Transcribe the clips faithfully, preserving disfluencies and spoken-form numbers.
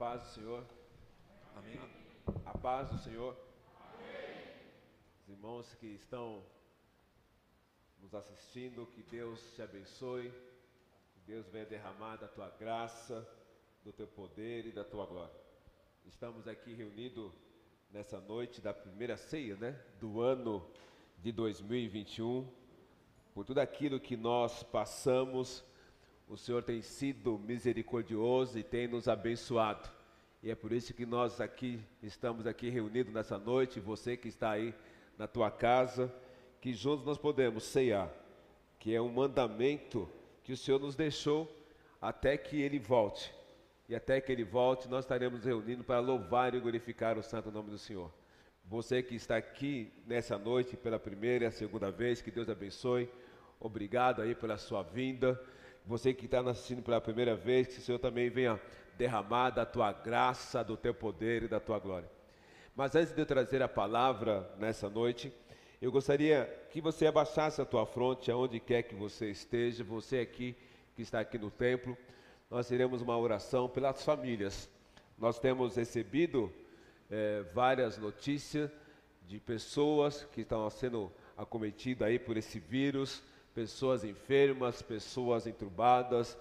paz do Senhor. Amém. A paz do Senhor. Amém. Os irmãos que estão nos assistindo, que Deus te abençoe, que Deus venha derramar da tua graça, do teu poder e da tua glória. Estamos aqui reunidos nessa noite da primeira ceia, né, do ano de dois mil e vinte e um. Por tudo aquilo que nós passamos, o Senhor tem sido misericordioso e tem nos abençoado. E é por isso que nós aqui estamos aqui reunidos nessa noite, você que está aí na tua casa, que juntos nós podemos ceiar, que é um mandamento que o Senhor nos deixou até que Ele volte. E até que Ele volte, nós estaremos reunidos para louvar e glorificar o santo nome do Senhor. Você que está aqui nessa noite pela primeira e a segunda vez, que Deus abençoe. Obrigado aí pela sua vinda. Você que está nos assistindo pela primeira vez, que o Senhor também venha derramar da tua graça, do teu poder e da tua glória. Mas antes de eu trazer a palavra nessa noite, eu gostaria que você abaixasse a tua fronte, aonde quer que você esteja, você aqui que está aqui no templo. Nós teremos uma oração pelas famílias. Nós temos recebido é, várias notícias de pessoas que estão sendo acometidas aí por esse vírus, pessoas enfermas, pessoas entubadas,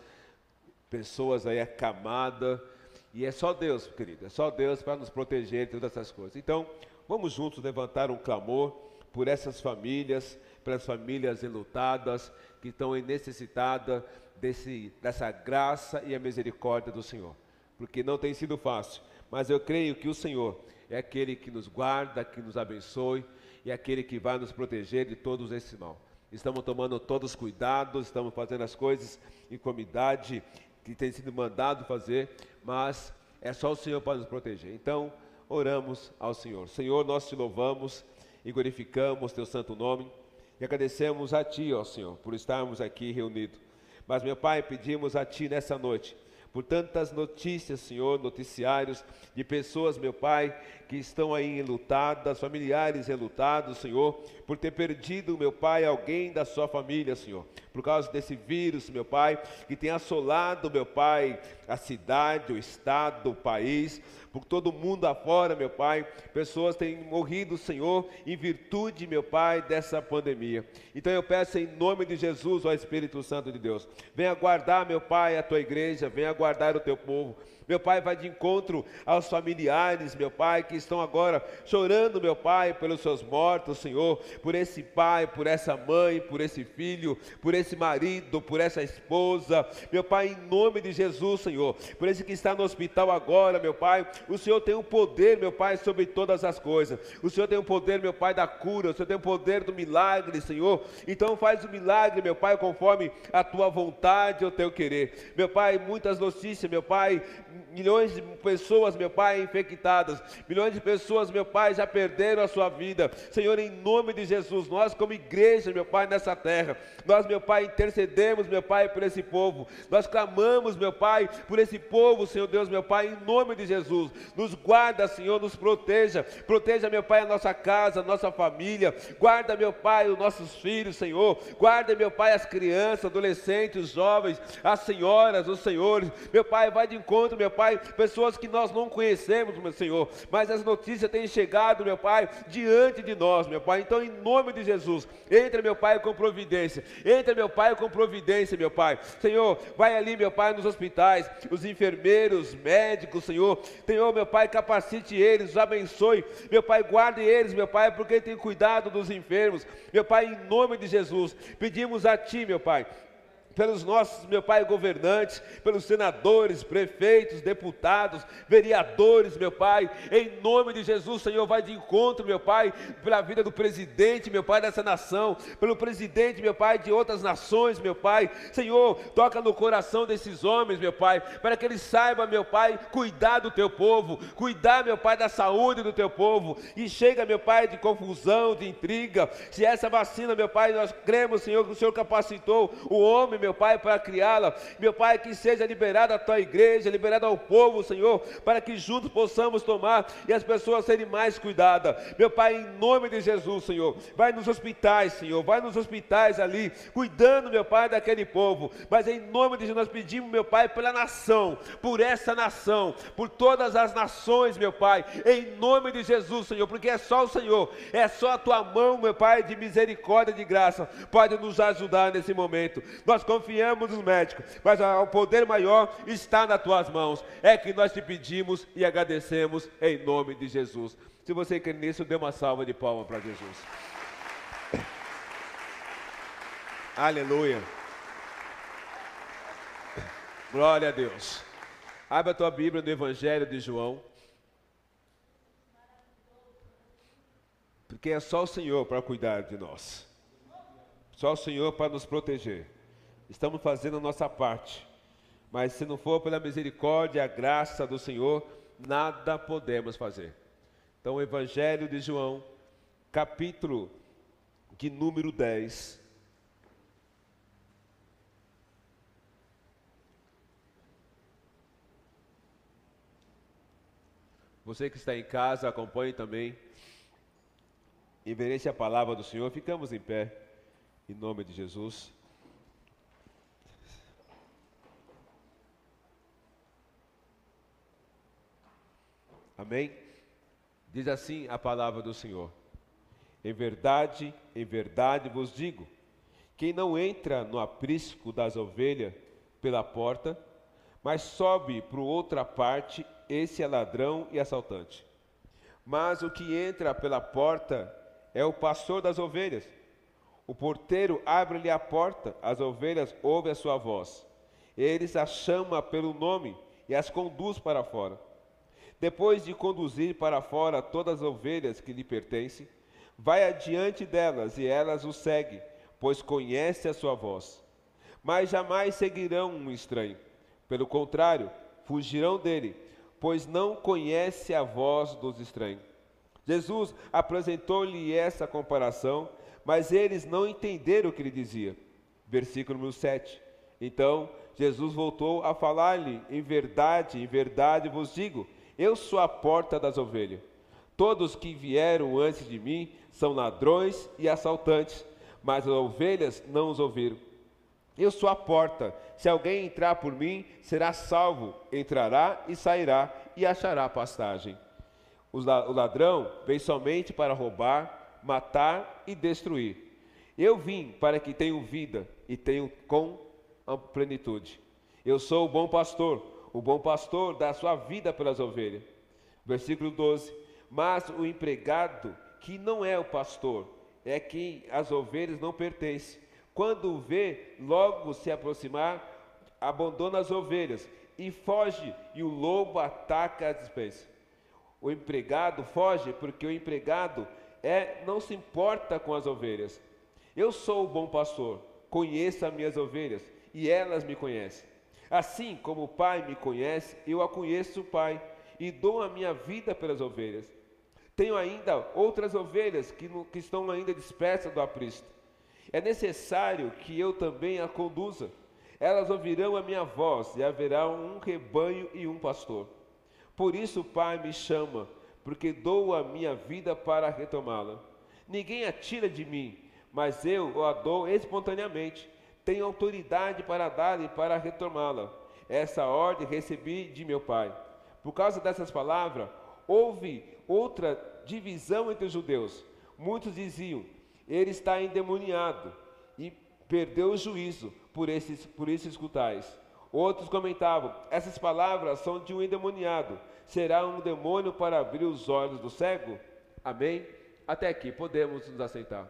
pessoas aí acamadas, e é só Deus, querido, é só Deus para nos proteger de todas essas coisas. Então, vamos juntos levantar um clamor por essas famílias, pelas famílias enlutadas, que estão necessitadas desse, dessa graça e a misericórdia do Senhor, porque não tem sido fácil, mas eu creio que o Senhor é aquele que nos guarda, que nos abençoe, e é aquele que vai nos proteger de todos esse mal. Estamos tomando todos os cuidados, estamos fazendo as coisas em comunidade que tem sido mandado fazer, mas é só o Senhor para nos proteger. Então, oramos ao Senhor. Senhor, nós te louvamos e glorificamos teu santo nome e agradecemos a ti, ó Senhor, por estarmos aqui reunidos. Mas, meu Pai, pedimos a ti nessa noite, por tantas notícias, Senhor, noticiários de pessoas, meu Pai, que estão aí enlutadas, familiares enlutados, Senhor, por ter perdido, meu Pai, alguém da sua família, Senhor, por causa desse vírus, meu Pai, que tem assolado, meu Pai, a cidade, o estado, o país, por todo mundo afora, meu Pai, pessoas têm morrido, Senhor, em virtude, meu Pai, dessa pandemia. Então eu peço em nome de Jesus, ó Espírito Santo de Deus, venha guardar, meu Pai, a tua igreja, venha guardar o teu povo. Meu Pai, vai de encontro aos familiares, meu Pai, que estão agora chorando, meu Pai, pelos seus mortos, Senhor, por esse pai, por essa mãe, por esse filho, por esse marido, por essa esposa, meu Pai, em nome de Jesus, Senhor, por esse que está no hospital agora, meu Pai, o Senhor tem o poder, meu Pai, sobre todas as coisas, o Senhor tem o poder, meu Pai, da cura, o Senhor tem o poder do milagre, Senhor, então faz o milagre, meu Pai, conforme a tua vontade e o teu querer, meu Pai, muitas notícias, meu Pai, milhões de pessoas, meu Pai, infectadas, milhões de pessoas, meu Pai, já perderam a sua vida. Senhor, em nome de Jesus, nós como igreja, meu Pai, nessa terra, nós, meu Pai, intercedemos, meu Pai, por esse povo, nós clamamos, meu Pai, por esse povo, Senhor Deus, meu Pai, em nome de Jesus, nos guarda, Senhor, nos proteja, proteja, meu Pai, a nossa casa, a nossa família, guarda, meu Pai, os nossos filhos, Senhor, guarda, meu Pai, as crianças, adolescentes, os jovens, as senhoras, os senhores, meu Pai, vai de encontro, meu Pai, pessoas que nós não conhecemos, meu Senhor, mas as notícias têm chegado, meu Pai, diante de nós, meu Pai, então em nome de Jesus, entra, meu Pai, com providência, entra, meu Pai, com providência, meu Pai, Senhor, vai ali, meu Pai, nos hospitais, os enfermeiros, médicos, Senhor, Senhor, meu Pai, capacite eles, os abençoe, meu Pai, guarde eles, meu Pai, porque tem cuidado dos enfermos, meu Pai, em nome de Jesus, pedimos a Ti, meu Pai, pelos nossos, meu Pai, governantes, pelos senadores, prefeitos, deputados, vereadores, meu Pai, em nome de Jesus, Senhor, vai de encontro, meu Pai, pela vida do presidente, meu Pai, dessa nação, pelo presidente, meu Pai, de outras nações, meu Pai, Senhor, toca no coração desses homens, meu Pai, para que eles saibam, meu Pai, cuidar do teu povo, cuidar, meu Pai, da saúde do teu povo, e chega, meu Pai, de confusão, de intriga, se essa vacina, meu Pai, nós cremos, Senhor, que o Senhor capacitou o homem, meu Pai, para criá-la. Meu Pai, que seja liberada a tua igreja, liberada ao povo, Senhor, para que juntos possamos tomar e as pessoas serem mais cuidadas. Meu Pai, em nome de Jesus, Senhor, vai nos hospitais, Senhor, vai nos hospitais ali, cuidando, meu Pai, daquele povo. Mas em nome de Jesus nós pedimos, meu Pai, pela nação, por essa nação, por todas as nações, meu Pai, em nome de Jesus, Senhor, porque é só o Senhor, é só a tua mão, meu Pai, de misericórdia, de graça, pode nos ajudar nesse momento. Nós confiamos nos médicos, mas o poder maior está nas tuas mãos. É que nós te pedimos e agradecemos em nome de Jesus. Se você quer nisso, dê uma salva de palmas para Jesus. Aleluia. Glória a Deus. Abra a tua Bíblia no Evangelho de João. Porque é só o Senhor para cuidar de nós. Só o Senhor para nos proteger. Estamos fazendo a nossa parte. Mas se não for pela misericórdia e a graça do Senhor, nada podemos fazer. Então, o Evangelho de João, capítulo de número dez. Você que está em casa, acompanhe também. Reverência a palavra do Senhor. Ficamos em pé, em nome de Jesus. Amém? Diz assim a palavra do Senhor: em verdade, em verdade vos digo, quem não entra no aprisco das ovelhas pela porta, mas sobe por outra parte, esse é ladrão e assaltante. Mas o que entra pela porta é o pastor das ovelhas. O porteiro abre-lhe a porta, as ovelhas ouvem a sua voz. Ele as chama pelo nome e as conduz para fora. Depois de conduzir para fora todas as ovelhas que lhe pertencem, vai adiante delas e elas o seguem, pois conhece a sua voz. Mas jamais seguirão um estranho. Pelo contrário, fugirão dele, pois não conhece a voz dos estranhos. Jesus apresentou-lhe essa comparação, mas eles não entenderam o que ele dizia. Versículo número sete. Então, Jesus voltou a falar-lhe: em verdade, em verdade vos digo, eu sou a porta das ovelhas. Todos que vieram antes de mim são ladrões e assaltantes, mas as ovelhas não os ouviram. Eu sou a porta. Se alguém entrar por mim, será salvo. Entrará e sairá e achará pastagem. O ladrão vem somente para roubar, matar e destruir. Eu vim para que tenham vida e tenham com a plenitude. Eu sou o bom pastor. O bom pastor dá a sua vida pelas ovelhas. Versículo doze. Mas o empregado, que não é o pastor, é quem as ovelhas não pertencem. Quando o vê logo se aproximar, abandona as ovelhas e foge, e o lobo ataca a dispensa. O empregado foge porque o empregado é, não se importa com as ovelhas. Eu sou o bom pastor, conheço as minhas ovelhas e elas me conhecem. Assim como o Pai me conhece, eu a conheço o Pai e dou a minha vida pelas ovelhas. Tenho ainda outras ovelhas que, no, que estão ainda dispersas do aprisco. É necessário que eu também a conduza. Elas ouvirão a minha voz e haverá um rebanho e um pastor. Por isso o Pai me chama, porque dou a minha vida para retomá-la. Ninguém a tira de mim, mas eu a dou espontaneamente. Tenho autoridade para dar e para retomá-la. Essa ordem recebi de meu Pai. Por causa dessas palavras, houve outra divisão entre os judeus. Muitos diziam: ele está endemoniado e perdeu o juízo, por, esses, por isso escutais. Outros comentavam: essas palavras são de um endemoniado. Será um demônio para abrir os olhos do cego? Amém? Até aqui, podemos nos assentar.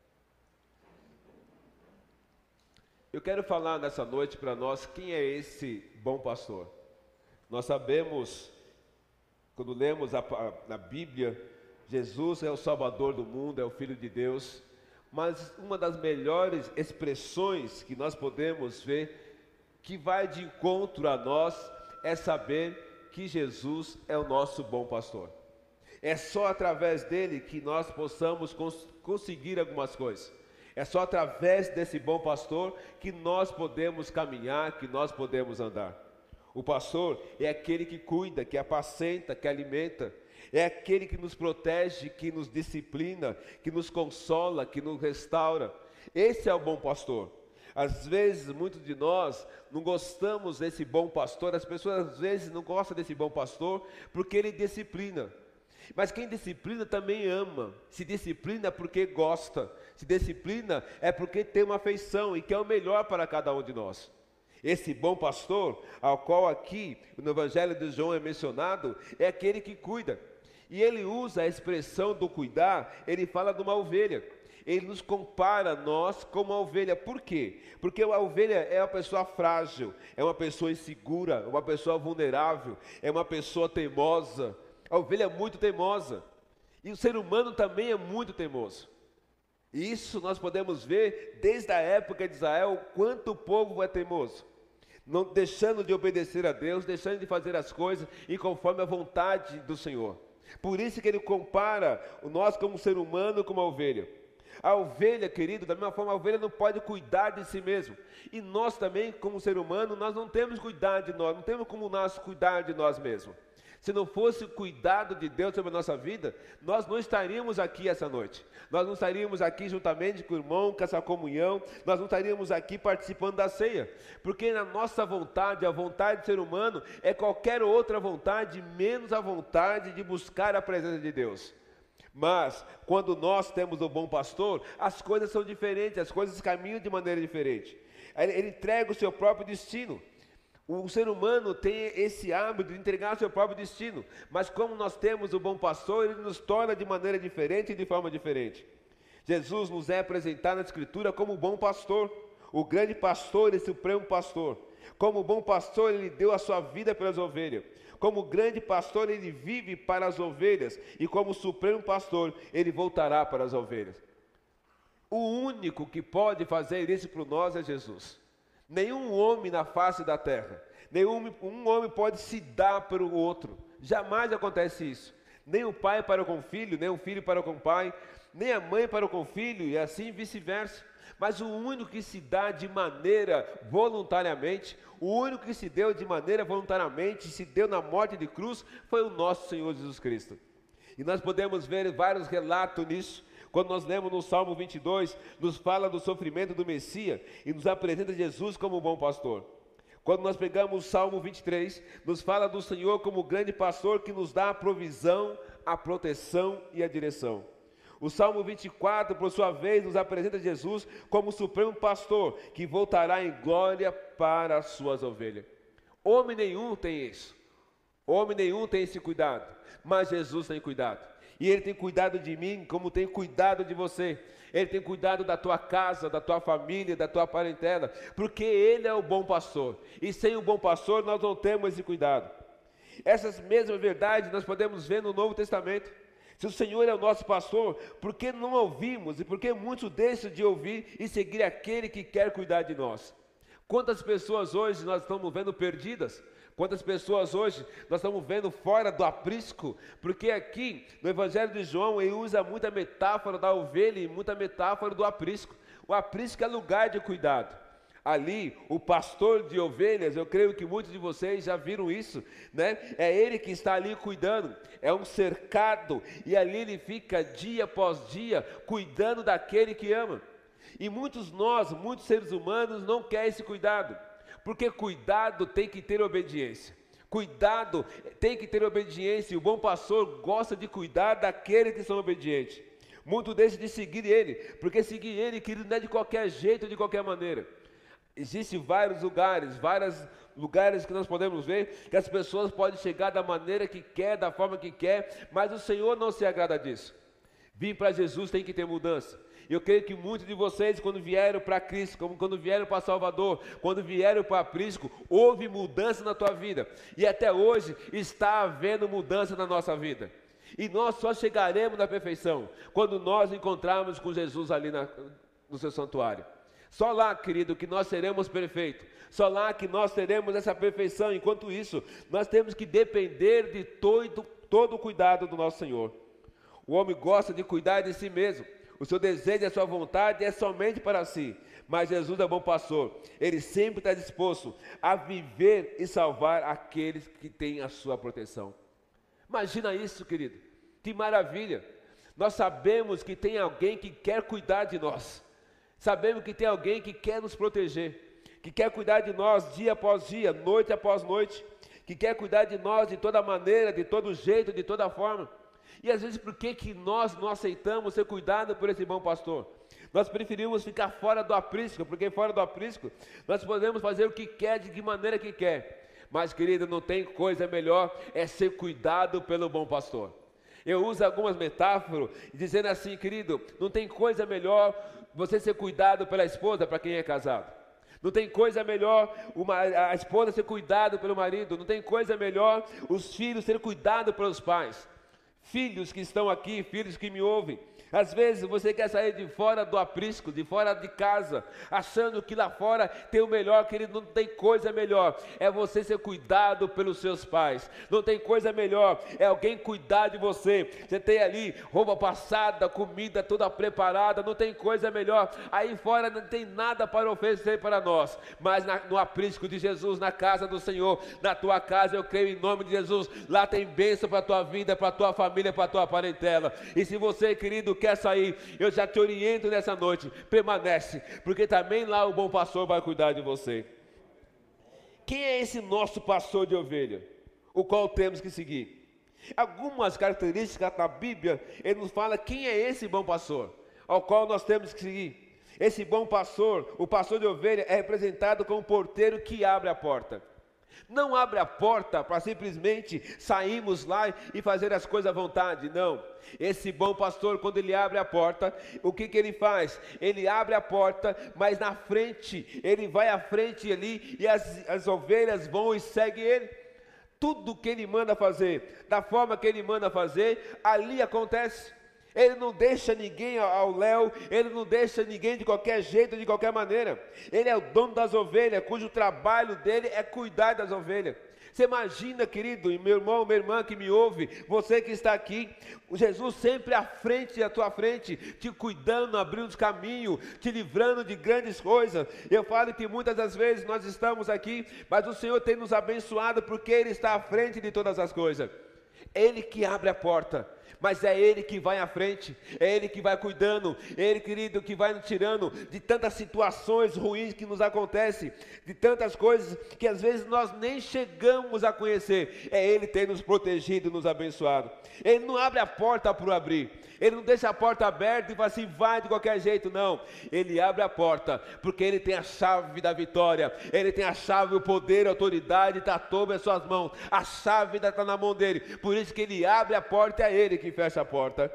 Eu quero falar nessa noite para nós quem é esse bom pastor. Nós sabemos, quando lemos a, a, na Bíblia, Jesus é o Salvador do mundo, é o Filho de Deus, mas uma das melhores expressões que nós podemos ver, que vai de encontro a nós, é saber que Jesus é o nosso bom pastor. É só através dele que nós possamos cons- conseguir algumas coisas. É só através desse bom pastor que nós podemos caminhar, que nós podemos andar. O pastor é aquele que cuida, que apacenta, que alimenta. É aquele que nos protege, que nos disciplina, que nos consola, que nos restaura. Esse é o bom pastor. Às vezes, muitos de nós não gostamos desse bom pastor. As pessoas às vezes não gostam desse bom pastor porque ele disciplina. Mas quem disciplina também ama. Se disciplina porque gosta. Se disciplina é porque tem uma afeição e quer o melhor para cada um de nós. Esse bom pastor, ao qual aqui no Evangelho de João é mencionado, é aquele que cuida. E ele usa a expressão do cuidar, ele fala de uma ovelha. Ele nos compara nós com uma ovelha. Por quê? Porque a ovelha é uma pessoa frágil, é uma pessoa insegura, uma pessoa vulnerável, é uma pessoa teimosa. A ovelha é muito teimosa. E o ser humano também é muito teimoso. E isso nós podemos ver desde a época de Israel, o quanto o povo é teimoso. Não deixando de obedecer a Deus, deixando de fazer as coisas e conforme a vontade do Senhor. Por isso que ele compara nós como ser humano com uma ovelha. A ovelha, querido, da mesma forma, a ovelha não pode cuidar de si mesmo. E nós também, como ser humano, nós não temos cuidar de nós, não temos como nós cuidar de nós mesmos. Se não fosse o cuidado de Deus sobre a nossa vida, nós não estaríamos aqui essa noite. Nós não estaríamos aqui juntamente com o irmão, com essa comunhão, nós não estaríamos aqui participando da ceia. Porque na nossa vontade, a vontade do ser humano é qualquer outra vontade, menos a vontade de buscar a presença de Deus. Mas, quando nós temos o bom pastor, as coisas são diferentes, as coisas caminham de maneira diferente. Ele, ele entrega o seu próprio destino. O ser humano tem esse hábito de entregar o seu próprio destino, mas como nós temos o bom pastor, ele nos torna de maneira diferente e de forma diferente. Jesus nos é apresentado na Escritura como o bom pastor, o grande pastor e supremo pastor. Como bom pastor, ele deu a sua vida pelas ovelhas. Como grande pastor, ele vive para as ovelhas, e como supremo pastor, ele voltará para as ovelhas. O único que pode fazer isso por nós é Jesus. Nenhum homem na face da terra, nenhum um homem pode se dar para o outro. Jamais acontece isso. Nem o pai para com o filho, nem o filho para com o pai, nem a mãe para com o filho, e assim vice-versa. Mas o único que se dá de maneira voluntariamente, o único que se deu de maneira voluntariamente, se deu na morte de cruz, foi o nosso Senhor Jesus Cristo. E nós podemos ver vários relatos nisso. Quando nós lemos no Salmo vinte e dois, nos fala do sofrimento do Messias e nos apresenta Jesus como um bom pastor. Quando nós pegamos o Salmo vinte e três, nos fala do Senhor como grande pastor que nos dá a provisão, a proteção e a direção. O Salmo vinte e quatro, por sua vez, nos apresenta Jesus como o supremo pastor que voltará em glória para as suas ovelhas. Homem nenhum tem isso. Homem nenhum tem esse cuidado, mas Jesus tem cuidado. E Ele tem cuidado de mim como tem cuidado de você. Ele tem cuidado da tua casa, da tua família, da tua parentela, porque Ele é o bom pastor. E sem o bom pastor nós não temos esse cuidado. Essas mesmas verdades nós podemos ver no Novo Testamento. Se o Senhor é o nosso pastor, por que não ouvimos? E por que muitos deixam de ouvir e seguir aquele que quer cuidar de nós? Quantas pessoas hoje nós estamos vendo perdidas? Quantas pessoas hoje nós estamos vendo fora do aprisco? Porque aqui no Evangelho de João ele usa muita metáfora da ovelha e muita metáfora do aprisco. O aprisco é lugar de cuidado. Ali, o pastor de ovelhas, eu creio que muitos de vocês já viram isso, né? É ele que está ali cuidando, é um cercado, e ali ele fica dia após dia cuidando daquele que ama. E muitos nós, muitos seres humanos não querem esse cuidado. Porque cuidado tem que ter obediência. Cuidado tem que ter obediência. E o bom pastor gosta de cuidar daqueles que são obedientes. Muitos deixam de seguir ele, porque seguir ele, querido, não é de qualquer jeito, de qualquer maneira. Existem vários lugares, vários lugares que nós podemos ver, que as pessoas podem chegar da maneira que quer, da forma que quer, mas o Senhor não se agrada disso. Vir para Jesus tem que ter mudança. Eu creio que muitos de vocês, quando vieram para Cristo, como quando vieram para Salvador, quando vieram para Aprisco, houve mudança na tua vida. E até hoje está havendo mudança na nossa vida. E nós só chegaremos na perfeição quando nós encontrarmos com Jesus ali na, no seu santuário. Só lá, querido, que nós seremos perfeitos. Só lá que nós teremos essa perfeição. Enquanto isso, nós temos que depender de todo, todo o cuidado do nosso Senhor. O homem gosta de cuidar de si mesmo. O seu desejo e a sua vontade é somente para si. Mas Jesus é bom pastor. Ele sempre está disposto a viver e salvar aqueles que têm a sua proteção. Imagina isso, querido. Que maravilha. Nós sabemos que tem alguém que quer cuidar de nós. Sabemos que tem alguém que quer nos proteger, que quer cuidar de nós dia após dia, noite após noite, que quer cuidar de nós de toda maneira, de todo jeito, de toda forma. E às vezes por que que nós não aceitamos ser cuidados por esse bom pastor? Nós preferimos ficar fora do aprisco, porque fora do aprisco nós podemos fazer o que quer, de que maneira que quer. Mas, querido, não tem coisa melhor, é ser cuidado pelo bom pastor. Eu uso algumas metáforas, dizendo assim, querido, não tem coisa melhor você ser cuidado pela esposa, para quem é casado. Não tem coisa melhor uma, a esposa ser cuidado pelo marido. Não tem coisa melhor os filhos serem cuidados pelos pais. Filhos que estão aqui, filhos que me ouvem, às vezes você quer sair de fora do aprisco, de fora de casa, achando que lá fora tem o melhor, querido. Não tem coisa melhor, é você ser cuidado pelos seus pais. Não tem coisa melhor, é alguém cuidar de você. Você tem ali roupa passada, comida toda preparada, não tem coisa melhor. Aí fora não tem nada para oferecer para nós, mas na, no aprisco de Jesus, na casa do Senhor, na tua casa, eu creio em nome de Jesus, lá tem bênção para a tua vida, para a tua família, para a tua parentela. E se você, querido, quer sair, eu já te oriento nessa noite, permanece, porque também lá o bom pastor vai cuidar de você. Quem é esse nosso pastor de ovelha, o qual temos que seguir? Algumas características da Bíblia, ele nos fala quem é esse bom pastor, ao qual nós temos que seguir. Esse bom pastor, o pastor de ovelha, é representado como um porteiro que abre a porta. Não abre a porta para simplesmente sairmos lá e fazer as coisas à vontade, não. Esse bom pastor, quando ele abre a porta, o que que ele faz? Ele abre a porta, mas na frente, ele vai à frente ali e as, as ovelhas vão e seguem ele. Tudo que ele manda fazer, da forma que ele manda fazer, ali acontece. Ele não deixa ninguém ao léu, ele não deixa ninguém de qualquer jeito, de qualquer maneira. Ele é o dono das ovelhas, cujo trabalho dele é cuidar das ovelhas. Você imagina, querido, e meu irmão, minha irmã que me ouve, você que está aqui, Jesus sempre à frente, à tua frente, te cuidando, abrindo caminho, te livrando de grandes coisas. Eu falo que muitas das vezes nós estamos aqui, mas o Senhor tem nos abençoado porque Ele está à frente de todas as coisas. Ele que abre a porta, mas é Ele que vai à frente, é Ele que vai cuidando, é Ele, querido, que vai nos tirando de tantas situações ruins que nos acontecem, de tantas coisas que às vezes nós nem chegamos a conhecer. É Ele que tem nos protegido e nos abençoado. Ele não abre a porta para abrir, Ele não deixa a porta aberta e fala assim, vai de qualquer jeito, não. Ele abre a porta, porque Ele tem a chave da vitória, Ele tem a chave, o poder, a autoridade, está sobre as suas mãos, a chave está na mão dEle, por isso que Ele abre a porta, é Ele que fecha a porta.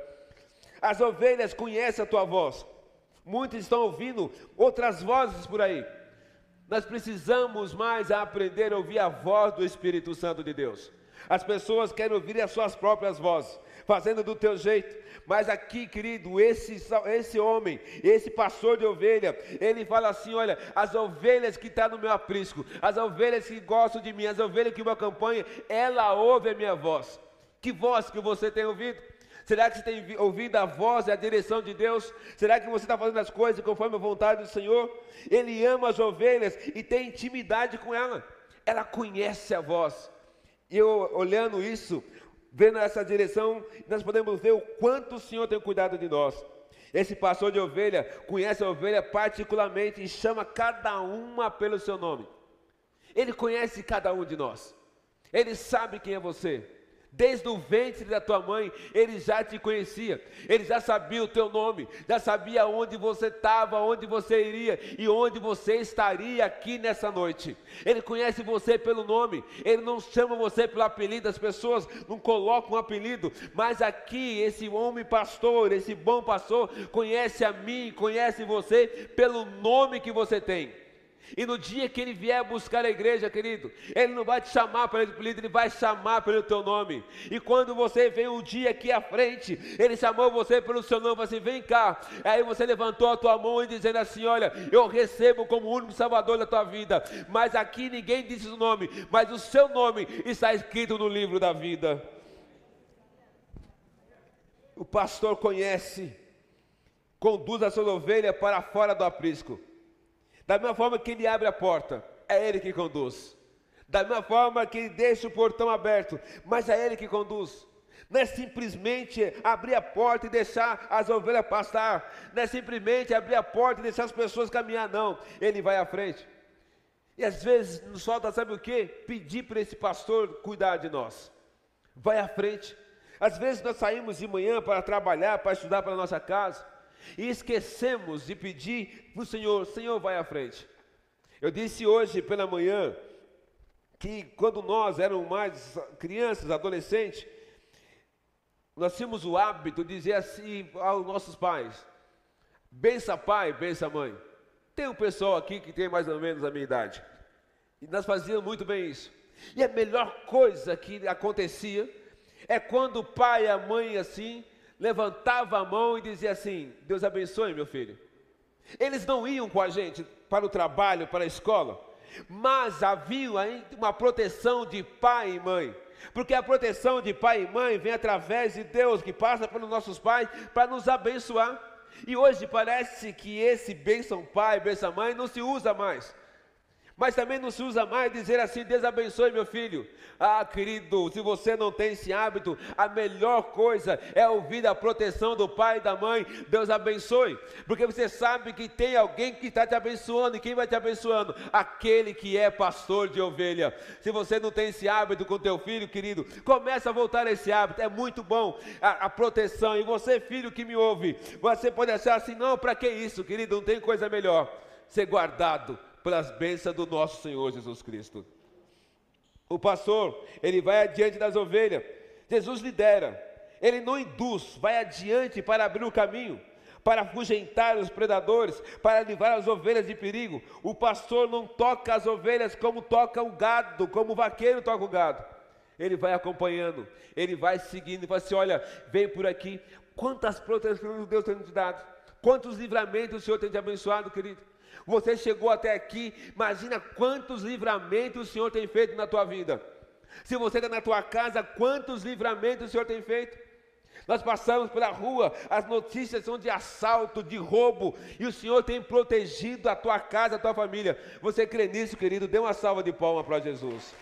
As ovelhas conhecem a tua voz, muitos estão ouvindo outras vozes por aí. Nós precisamos mais aprender a ouvir a voz do Espírito Santo de Deus. As pessoas querem ouvir as suas próprias vozes, fazendo do teu jeito. Mas aqui, querido, esse, esse homem, esse pastor de ovelha, ele fala assim, olha, as ovelhas que estão no meu aprisco, as ovelhas que gostam de mim, as ovelhas que me acompanham, ela ouve a minha voz. Que voz que você tem ouvido? Será que você tem ouvido a voz e a direção de Deus? Será que você está fazendo as coisas conforme a vontade do Senhor? Ele ama as ovelhas e tem intimidade com ela. Ela conhece a voz. E eu, olhando isso, vendo essa direção, nós podemos ver o quanto o Senhor tem cuidado de nós. Esse pastor de ovelha conhece a ovelha particularmente e chama cada uma pelo seu nome. Ele conhece cada um de nós. Ele sabe quem é você. Desde o ventre da tua mãe, Ele já te conhecia, Ele já sabia o teu nome, já sabia onde você estava, onde você iria e onde você estaria aqui nessa noite. Ele conhece você pelo nome, Ele não chama você pelo apelido, as pessoas não colocam um apelido, mas aqui esse homem pastor, esse bom pastor, conhece a mim, conhece você pelo nome que você tem. E no dia que Ele vier buscar a igreja, querido, Ele não vai te chamar pelo apelido, Ele vai chamar pelo teu nome. E quando você vem um dia aqui à frente, Ele chamou você pelo seu nome, assim, vem cá. Aí você levantou a tua mão e dizendo assim, olha, eu recebo como o único salvador da tua vida. Mas aqui ninguém disse o nome, mas o seu nome está escrito no livro da vida. O pastor conhece conduz a sua ovelha para fora do aprisco. Da mesma forma que ele abre a porta, é ele que conduz. Da mesma forma que ele deixa o portão aberto, mas é ele que conduz. Não é simplesmente abrir a porta e deixar as ovelhas passar. Não é simplesmente abrir a porta e deixar as pessoas caminhar, não. Ele vai à frente. E às vezes nos falta, sabe o quê? Pedir para esse pastor cuidar de nós. Vai à frente. Às vezes nós saímos de manhã para trabalhar, para estudar para a nossa casa, e esquecemos de pedir para o Senhor: Senhor, vai à frente. Eu disse hoje pela manhã que quando nós éramos mais crianças, adolescentes, nós tínhamos o hábito de dizer assim aos nossos pais: bença pai, bença mãe. Tem um pessoal aqui que tem mais ou menos a minha idade, e nós fazíamos muito bem isso. E a melhor coisa que acontecia é quando o pai e a mãe assim levantava a mão e dizia assim: Deus abençoe meu filho. Eles não iam com a gente para o trabalho, para a escola, mas havia ainda uma proteção de pai e mãe, porque a proteção de pai e mãe vem através de Deus, que passa pelos nossos pais para nos abençoar. E hoje parece que esse bênção pai, bênção mãe não se usa mais. Mas também não se usa mais dizer assim: Deus abençoe meu filho. Ah, querido, se você não tem esse hábito, a melhor coisa é ouvir a proteção do pai e da mãe: Deus abençoe. Porque você sabe que tem alguém que está te abençoando. E quem vai te abençoando? Aquele que é pastor de ovelha. Se você não tem esse hábito com teu filho, querido, começa a voltar a esse hábito. É muito bom a, a proteção. E você, filho que me ouve, você pode achar assim: não, para que isso, querido? Não tem coisa melhor. Ser guardado pelas bênçãos do nosso Senhor Jesus Cristo. O pastor, ele vai adiante das ovelhas. Jesus lidera, ele não induz, vai adiante para abrir o caminho, para afugentar os predadores, para livrar as ovelhas de perigo. O pastor não toca as ovelhas como toca o gado, como o vaqueiro toca o gado. Ele vai acompanhando, ele vai seguindo e fala assim: olha, vem por aqui. Quantas proteções Deus tem te dado, quantos livramentos o Senhor tem te abençoado, querido. Você chegou até aqui, imagina quantos livramentos o Senhor tem feito na tua vida. Se você está na tua casa, quantos livramentos o Senhor tem feito. Nós passamos pela rua, as notícias são de assalto, de roubo, e o Senhor tem protegido a tua casa, a tua família. Você crê nisso, querido? Dê uma salva de palmas para Jesus.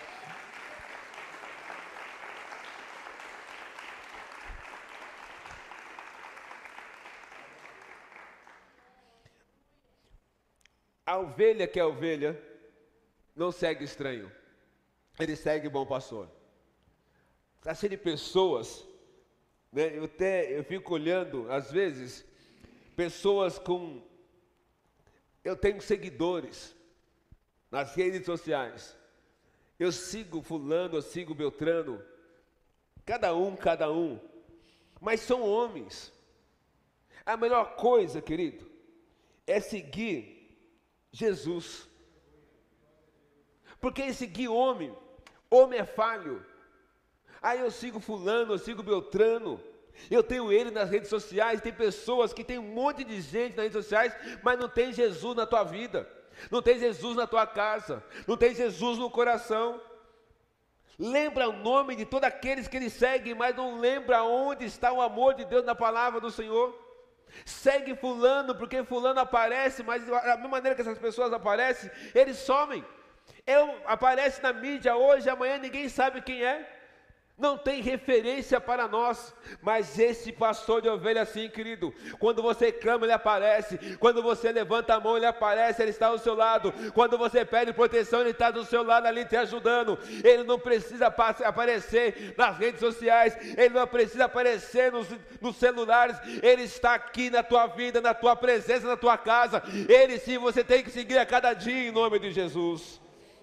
A ovelha que é ovelha não segue estranho, ele segue bom pastor. Está cheio de pessoas, né? eu, até, eu fico olhando, às vezes, pessoas com... Eu tenho seguidores nas redes sociais, eu sigo fulano, eu sigo Beltrano, cada um, cada um, mas são homens. A melhor coisa, querido, é seguir Jesus. Porque seguir homem, homem é falho. Aí eu sigo fulano, eu sigo Beltrano, eu tenho ele nas redes sociais. Tem pessoas que tem um monte de gente nas redes sociais, mas não tem Jesus na tua vida, não tem Jesus na tua casa, não tem Jesus no coração. Lembra o nome de todos aqueles que ele segue, mas não lembra onde está o amor de Deus na palavra do Senhor. Segue fulano, porque fulano aparece, mas da mesma maneira que essas pessoas aparecem, eles somem. Eu, aparece na mídia hoje, amanhã ninguém sabe quem é. Não tem referência para nós. Mas esse pastor de ovelha assim, querido, quando você clama, ele aparece. Quando você levanta a mão, ele aparece, ele está ao seu lado. Quando você pede proteção, ele está do seu lado ali te ajudando. Ele não precisa aparecer nas redes sociais, ele não precisa aparecer nos, nos celulares. Ele está aqui na tua vida, na tua presença, na tua casa. Ele sim, você tem que seguir a cada dia em nome de Jesus.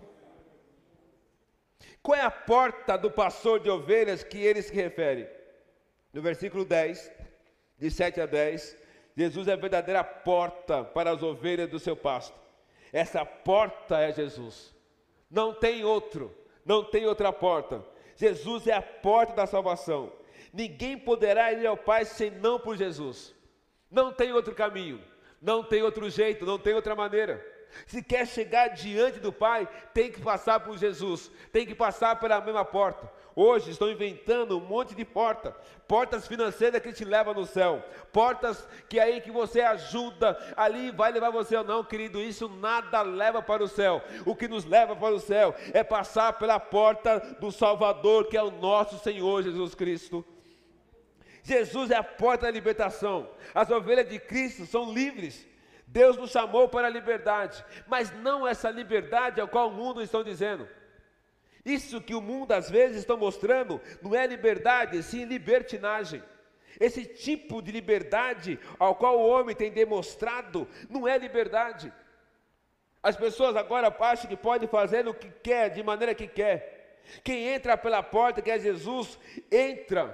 Qual é a porta do pastor de ovelhas que ele se refere? No versículo dez, de sete a dez, Jesus é a verdadeira porta para as ovelhas do seu pasto. Essa porta é Jesus. Não tem outro, não tem outra porta. Jesus é a porta da salvação. Ninguém poderá ir ao Pai senão por Jesus. Não tem outro caminho, não tem outro jeito, não tem outra maneira. Se quer chegar diante do Pai, tem que passar por Jesus, tem que passar pela mesma porta. Hoje estão inventando um monte de porta, portas financeiras que te levam no céu, portas que aí que você ajuda, ali vai levar você ou não, querido, isso nada leva para o céu. O que nos leva para o céu é passar pela porta do Salvador, que é o nosso Senhor Jesus Cristo. Jesus é a porta da libertação. As ovelhas de Cristo são livres. Deus nos chamou para a liberdade, mas não essa liberdade a qual o mundo está dizendo. Isso que o mundo às vezes está mostrando não é liberdade, sim libertinagem. Esse tipo de liberdade ao qual o homem tem demonstrado não é liberdade. As pessoas agora acham que pode fazer o que quer, de maneira que quer. Quem entra pela porta, que é Jesus, entra.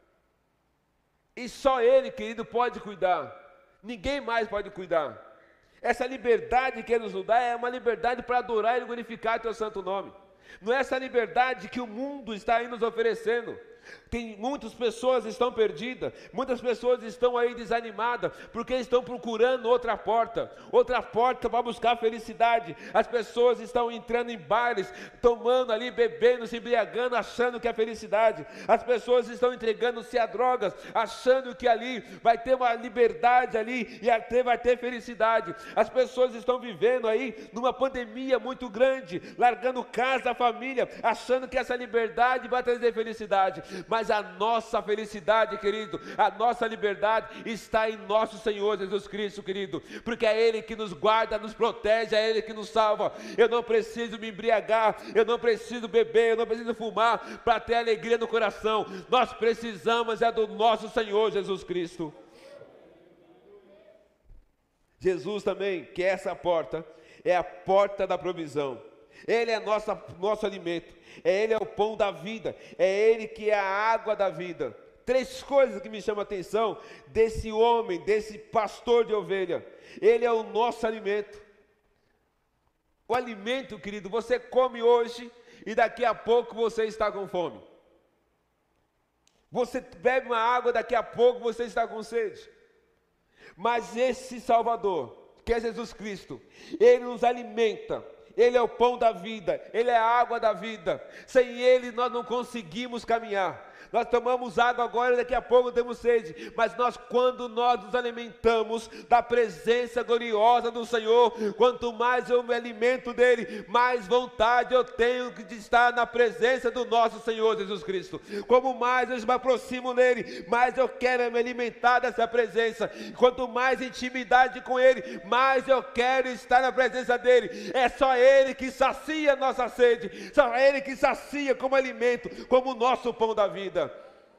E só Ele, querido, pode cuidar. Ninguém mais pode cuidar. Essa liberdade que Ele nos dá é uma liberdade para adorar e glorificar Teu santo nome. Não é essa liberdade que o mundo está aí nos oferecendo. Tem muitas pessoas que estão perdidas, muitas pessoas estão aí desanimadas, porque estão procurando outra porta, outra porta para buscar felicidade. As pessoas estão entrando em bares, tomando ali, bebendo, se embriagando, achando que é felicidade. As pessoas estão entregando-se a drogas, achando que ali vai ter uma liberdade ali, e até vai ter felicidade. As pessoas estão vivendo aí numa pandemia muito grande, largando casa, família, achando que essa liberdade vai trazer felicidade. Mas a nossa felicidade, querido, a nossa liberdade está em nosso Senhor Jesus Cristo, querido, porque é Ele que nos guarda, nos protege, é Ele que nos salva. Eu não preciso me embriagar, eu não preciso beber, eu não preciso fumar para ter alegria no coração. Nós precisamos é do nosso Senhor Jesus Cristo. Jesus também, que é essa porta, é a porta da provisão. Ele é nossa, nosso alimento, é Ele é o pão da vida, é Ele que é a água da vida. Três coisas que me chamam a atenção desse homem, desse pastor de ovelha. Ele é o nosso alimento. O alimento, querido, você come hoje e daqui a pouco você está com fome. Você bebe uma água, daqui a pouco você está com sede. Mas esse Salvador, que é Jesus Cristo, Ele nos alimenta. Ele é o pão da vida, Ele é a água da vida. Sem Ele nós não conseguimos caminhar. Nós tomamos água agora e daqui a pouco temos sede. Mas nós, quando nós nos alimentamos da presença gloriosa do Senhor, quanto mais eu me alimento dEle, mais vontade eu tenho de estar na presença do nosso Senhor Jesus Cristo. Como mais eu me aproximo dEle, mais eu quero me alimentar dessa presença. Quanto mais intimidade com Ele, mais eu quero estar na presença dEle. É só Ele que sacia a nossa sede, só Ele que sacia como alimento, como o nosso pão da vida.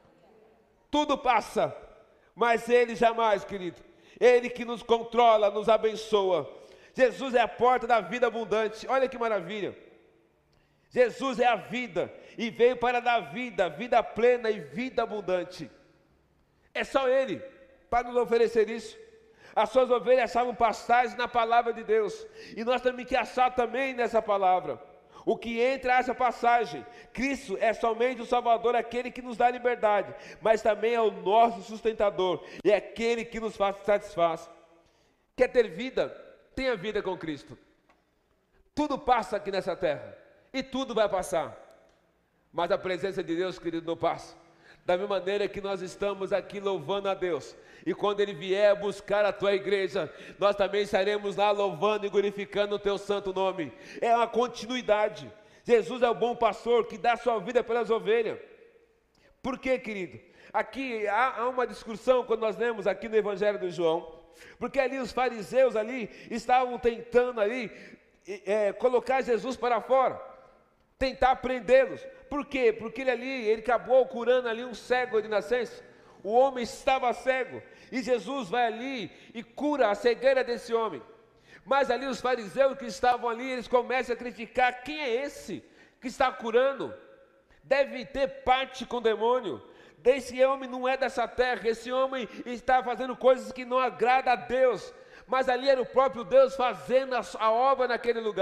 Tudo passa, mas Ele jamais, querido. Ele que nos controla, nos abençoa. Jesus é a porta da vida abundante. Olha que maravilha. Jesus é a vida e veio para dar vida, vida plena e vida abundante. É só Ele para nos oferecer isso. As suas ovelhas achavam pastagem na palavra de Deus, e nós temos que achar também nessa palavra. O que entra essa passagem, Cristo é somente o Salvador, aquele que nos dá liberdade, mas também é o nosso sustentador, é aquele que nos faz, satisfaz. Quer ter vida? Tenha vida com Cristo. Tudo passa aqui nessa terra, e tudo vai passar, mas a presença de Deus, querido, não passa. Da mesma maneira que nós estamos aqui louvando a Deus, e quando Ele vier buscar a tua igreja, nós também estaremos lá louvando e glorificando o teu santo nome. É uma continuidade. Jesus é o bom pastor que dá a sua vida pelas ovelhas. Por quê, querido? Aqui há, há uma discussão quando nós lemos aqui no Evangelho de João, porque ali os fariseus ali estavam tentando ali é, colocar Jesus para fora, tentar prendê-los. Por quê? Porque ele ali, ele acabou curando ali um cego de nascença. O homem estava cego, e Jesus vai ali e cura a cegueira desse homem. Mas ali os fariseus que estavam ali, eles começam a criticar: quem é esse que está curando? Deve ter parte com o demônio. Esse homem não é dessa terra, esse homem está fazendo coisas que não agradam a Deus. Mas ali era o próprio Deus fazendo a, a obra naquele lugar.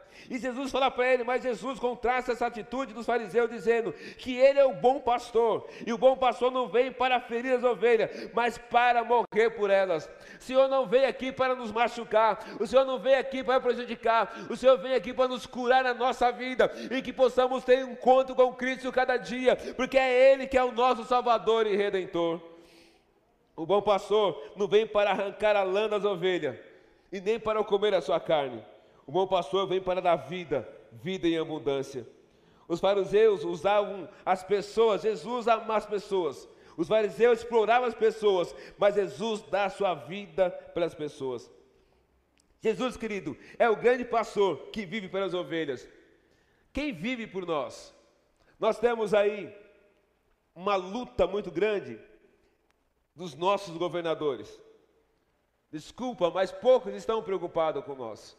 E Jesus fala para ele, mas Jesus contrasta essa atitude dos fariseus dizendo que ele é o bom pastor, e o bom pastor não vem para ferir as ovelhas, mas para morrer por elas. O Senhor não veio aqui para nos machucar, o Senhor não veio aqui para prejudicar, o Senhor vem aqui para nos curar na nossa vida, e que possamos ter um encontro com Cristo cada dia, porque é Ele que é o nosso Salvador e Redentor. O bom pastor não vem para arrancar a lã das ovelhas, e nem para comer a sua carne. O bom pastor vem para dar vida, vida em abundância. Os fariseus usavam as pessoas, Jesus ama as pessoas. Os fariseus exploravam as pessoas, mas Jesus dá a sua vida pelas pessoas. Jesus, querido, é o grande pastor que vive pelas ovelhas. Quem vive por nós? Nós temos aí uma luta muito grande dos nossos governadores. Desculpa, mas poucos estão preocupados com nós.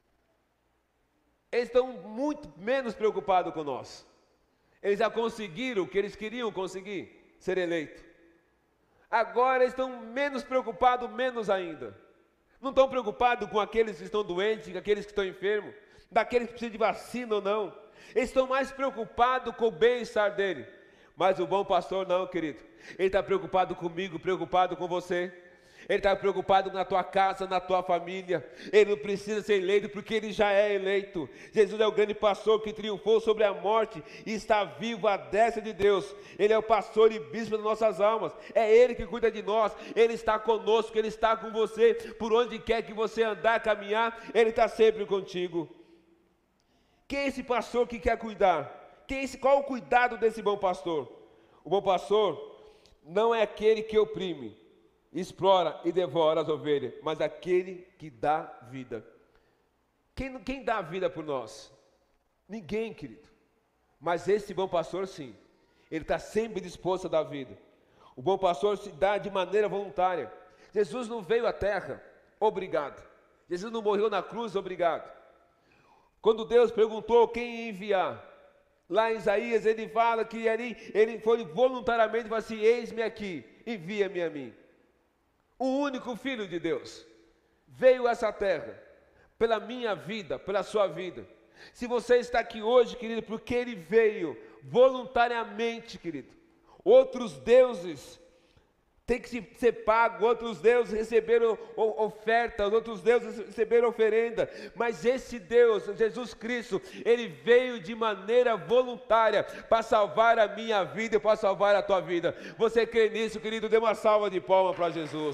Eles estão muito menos preocupados com nós. Eles já conseguiram o que eles queriam conseguir, ser eleito. Agora eles estão menos preocupados, menos ainda. Não estão preocupados com aqueles que estão doentes, com aqueles que estão enfermos, daqueles que precisam de vacina ou não. Eles estão mais preocupados com o bem-estar dele. Mas o bom pastor não, querido. Ele está preocupado comigo, preocupado com você. Ele está preocupado na tua casa, na tua família. Ele não precisa ser eleito porque ele já é eleito. Jesus é o grande pastor que triunfou sobre a morte e está vivo à destra de Deus. Ele é o pastor e bispo das nossas almas. É Ele que cuida de nós. Ele está conosco, Ele está com você. Por onde quer que você andar, caminhar, Ele está sempre contigo. Quem é esse pastor que quer cuidar? Quem é esse, qual o cuidado desse bom pastor? O bom pastor não é aquele que oprime, explora e devora as ovelhas, mas aquele que dá vida. Quem, quem dá vida por nós? Ninguém, querido. Mas esse bom pastor, sim. Ele está sempre disposto a dar vida. O bom pastor se dá de maneira voluntária. Jesus não veio à terra obrigado. Jesus não morreu na cruz obrigado. Quando Deus perguntou quem ia enviar, lá em Isaías ele fala que ele, ele foi voluntariamente e falou assim: eis-me aqui, envia-me a mim. O único Filho de Deus veio a essa terra pela minha vida, pela sua vida. Se você está aqui hoje, querido, porque Ele veio voluntariamente, querido. Outros deuses têm que ser pagos, outros deuses receberam ofertas, outros deuses receberam oferenda. Mas esse Deus, Jesus Cristo, Ele veio de maneira voluntária para salvar a minha vida e para salvar a tua vida. Você crê nisso, querido? Dê uma salva de palmas para Jesus.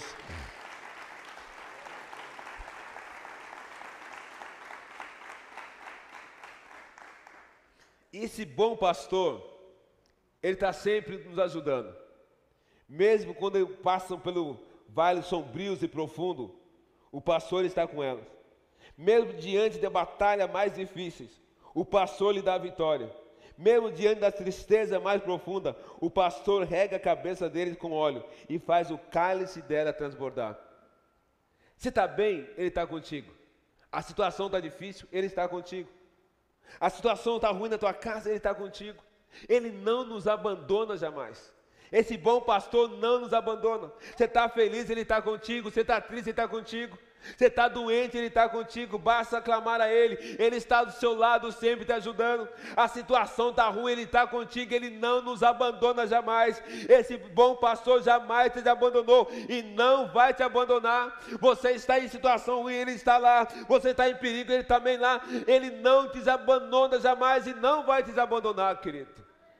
Esse bom pastor, ele está sempre nos ajudando. Mesmo quando passam pelo vale sombrios e profundo, o pastor está com elas. Mesmo diante de batalhas mais difíceis, o pastor lhe dá a vitória. Mesmo diante da tristeza mais profunda, o pastor rega a cabeça deles com óleo e faz o cálice dela transbordar. Se está bem, ele está contigo. A situação está difícil, ele está contigo. A situação está ruim na tua casa, ele está contigo. Ele não nos abandona jamais. Esse bom pastor não nos abandona. Você está feliz, Ele está contigo. Você está triste, Ele está contigo. Você está doente, Ele está contigo. Basta clamar a Ele. Ele está do seu lado, sempre te ajudando. A situação está ruim, Ele está contigo. Ele não nos abandona jamais. Esse bom pastor jamais te abandonou e não vai te abandonar. Você está em situação ruim, Ele está lá. Você está em perigo, Ele também lá. Ele não te abandona jamais e não vai te abandonar, querido.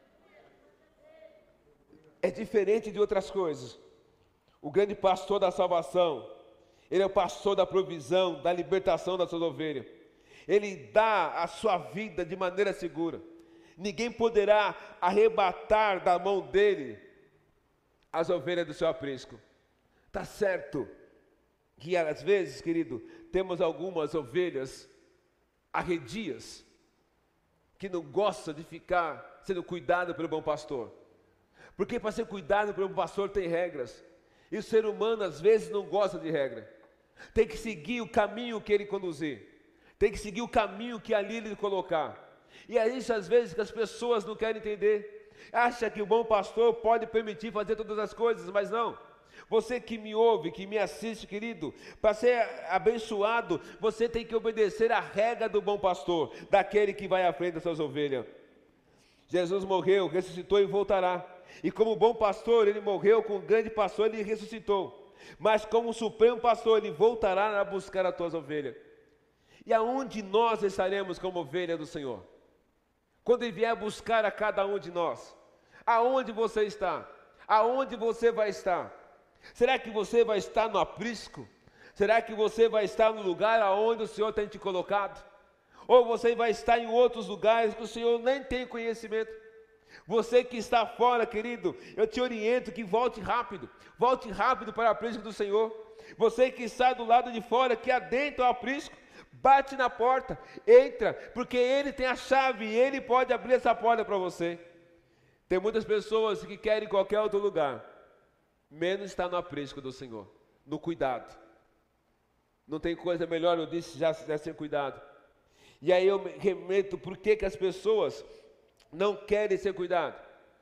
É diferente de outras coisas. O grande pastor da salvação, Ele é o pastor da provisão, da libertação das suas ovelhas. Ele dá a sua vida de maneira segura. Ninguém poderá arrebatar da mão dele as ovelhas do seu aprisco. Está certo que às vezes, querido, temos algumas ovelhas arredias, que não gostam de ficar sendo cuidado pelo bom pastor. Porque para ser cuidado pelo pastor tem regras. E o ser humano às vezes não gosta de regra. Tem que seguir o caminho que ele conduzir. Tem que seguir o caminho que ali ele colocar. E é isso às vezes que as pessoas não querem entender. Acha que o bom pastor pode permitir fazer todas as coisas, mas não. Você que me ouve, que me assiste, querido, para ser abençoado, você tem que obedecer à regra do bom pastor, daquele que vai à frente das suas ovelhas. Jesus morreu, ressuscitou e voltará. E como bom pastor, ele morreu, como grande pastor, ele ressuscitou. Mas como supremo pastor, ele voltará a buscar as tuas ovelhas. E aonde nós estaremos como ovelha do Senhor? Quando ele vier buscar a cada um de nós, aonde você está? Aonde você vai estar? Será que você vai estar no aprisco? Será que você vai estar no lugar aonde o Senhor tem te colocado? Ou você vai estar em outros lugares que o Senhor nem tem conhecimento? Você que está fora, querido, eu te oriento que volte rápido. Volte rápido para o aprisco do Senhor. Você que está do lado de fora, que adentra o aprisco, bate na porta, entra, porque Ele tem a chave e Ele pode abrir essa porta para você. Tem muitas pessoas que querem qualquer outro lugar, menos estar no aprisco do Senhor, no cuidado. Não tem coisa melhor, eu disse, já, já sem cuidado. E aí eu me remeto, por que que as pessoas não querem ser cuidado?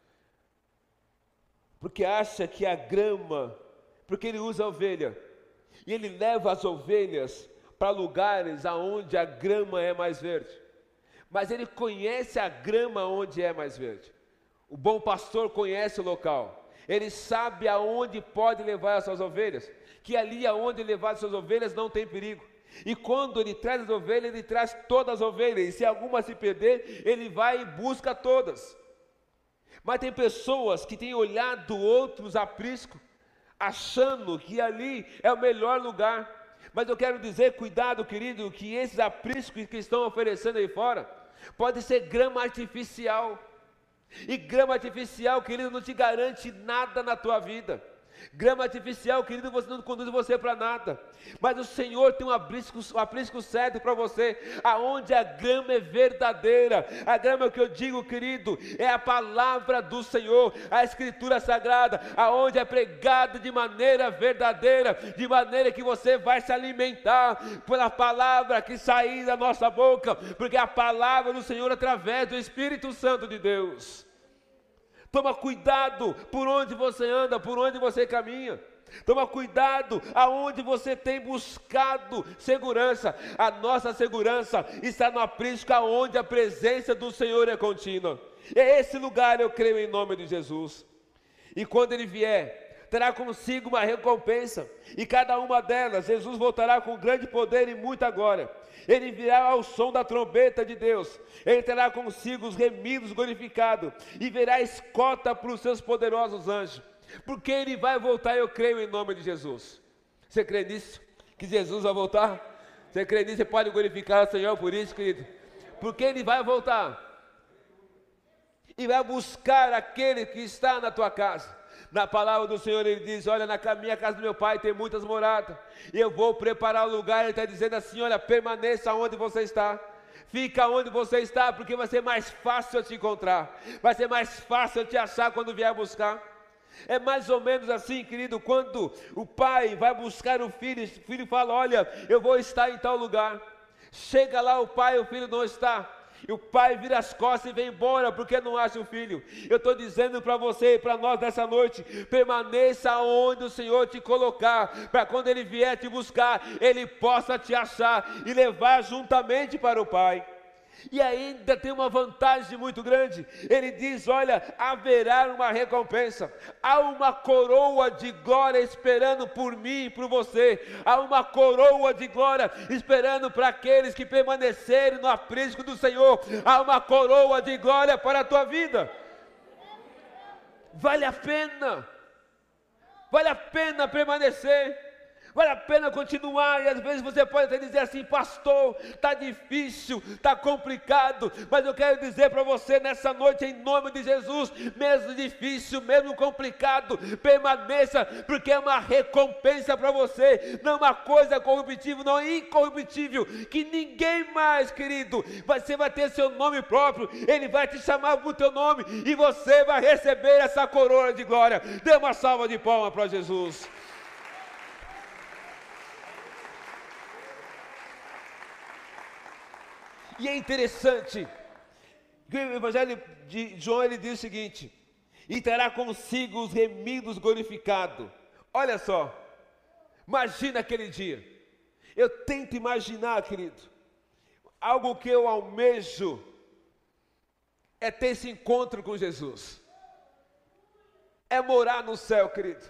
Porque acha que a grama, porque ele usa a ovelha, e ele leva as ovelhas para lugares aonde a grama é mais verde. Mas ele conhece a grama onde é mais verde. O bom pastor conhece o local. Ele sabe aonde pode levar as suas ovelhas, que ali aonde levar as suas ovelhas não tem perigo. E quando ele traz as ovelhas, ele traz todas as ovelhas, e se alguma se perder, ele vai e busca todas. Mas tem pessoas que têm olhado outros apriscos, achando que ali é o melhor lugar. Mas eu quero dizer, cuidado, querido, que esses apriscos que estão oferecendo aí fora, pode ser grama artificial. E grama artificial, querido, não te garante nada na tua vida. Grama artificial, querido, você não conduz você para nada. Mas o Senhor tem um aprisco, um aprisco certo para você, aonde a grama é verdadeira. A grama, que eu digo, querido, é a palavra do Senhor, a Escritura Sagrada, aonde é pregada de maneira verdadeira, de maneira que você vai se alimentar pela palavra que sair da nossa boca, porque é a palavra do Senhor através do Espírito Santo de Deus. Toma cuidado por onde você anda, por onde você caminha. Toma cuidado aonde você tem buscado segurança. A nossa segurança está no aprisco aonde a presença do Senhor é contínua. É esse lugar, eu creio, em nome de Jesus. E quando Ele vier, terá consigo uma recompensa. E cada uma delas, Jesus voltará com grande poder e muita glória. Ele virá ao som da trombeta de Deus. Ele terá consigo os remidos glorificados, e verá escolta para os seus poderosos anjos. Porque Ele vai voltar, eu creio, em nome de Jesus. Você crê nisso? Que Jesus vai voltar? Você crê nisso? Você pode glorificar o Senhor por isso, querido? Porque Ele vai voltar. E vai buscar aquele que está na tua casa. Na palavra do Senhor Ele diz, olha, na minha casa do meu pai tem muitas moradas, e eu vou preparar o lugar. Ele está dizendo assim, olha, permaneça onde você está. Fica onde você está, porque vai ser mais fácil eu te encontrar. Vai ser mais fácil eu te achar quando vier buscar. É mais ou menos assim, querido, quando o pai vai buscar o filho, o filho fala, olha, eu vou estar em tal lugar. Chega lá o pai, o filho não está. E o pai vira as costas e vem embora, porque não acha o filho. Eu estou dizendo para você e para nós nessa noite, permaneça onde o Senhor te colocar, para quando Ele vier te buscar, Ele possa te achar e levar juntamente para o Pai. E ainda tem uma vantagem muito grande. Ele diz, olha, haverá uma recompensa. Há uma coroa de glória esperando por mim e por você. Há uma coroa de glória esperando para aqueles que permanecerem no aprisco do Senhor. Há uma coroa de glória para a tua vida. Vale a pena. Vale a pena permanecer. Vale a pena continuar. E às vezes você pode até dizer assim, pastor, está difícil, está complicado, mas eu quero dizer para você nessa noite, em nome de Jesus, mesmo difícil, mesmo complicado, permaneça, porque é uma recompensa para você, não uma coisa corruptível, não incorruptível, que ninguém mais, querido, você vai ter seu nome próprio, Ele vai te chamar por teu nome, e você vai receber essa coroa de glória. Dê uma salva de palmas para Jesus. E é interessante, que o Evangelho de João, ele diz o seguinte, e terá consigo os remidos glorificados, Olha só, imagina aquele dia. Eu tento imaginar, querido, algo que eu almejo é ter esse encontro com Jesus. É morar no céu, querido.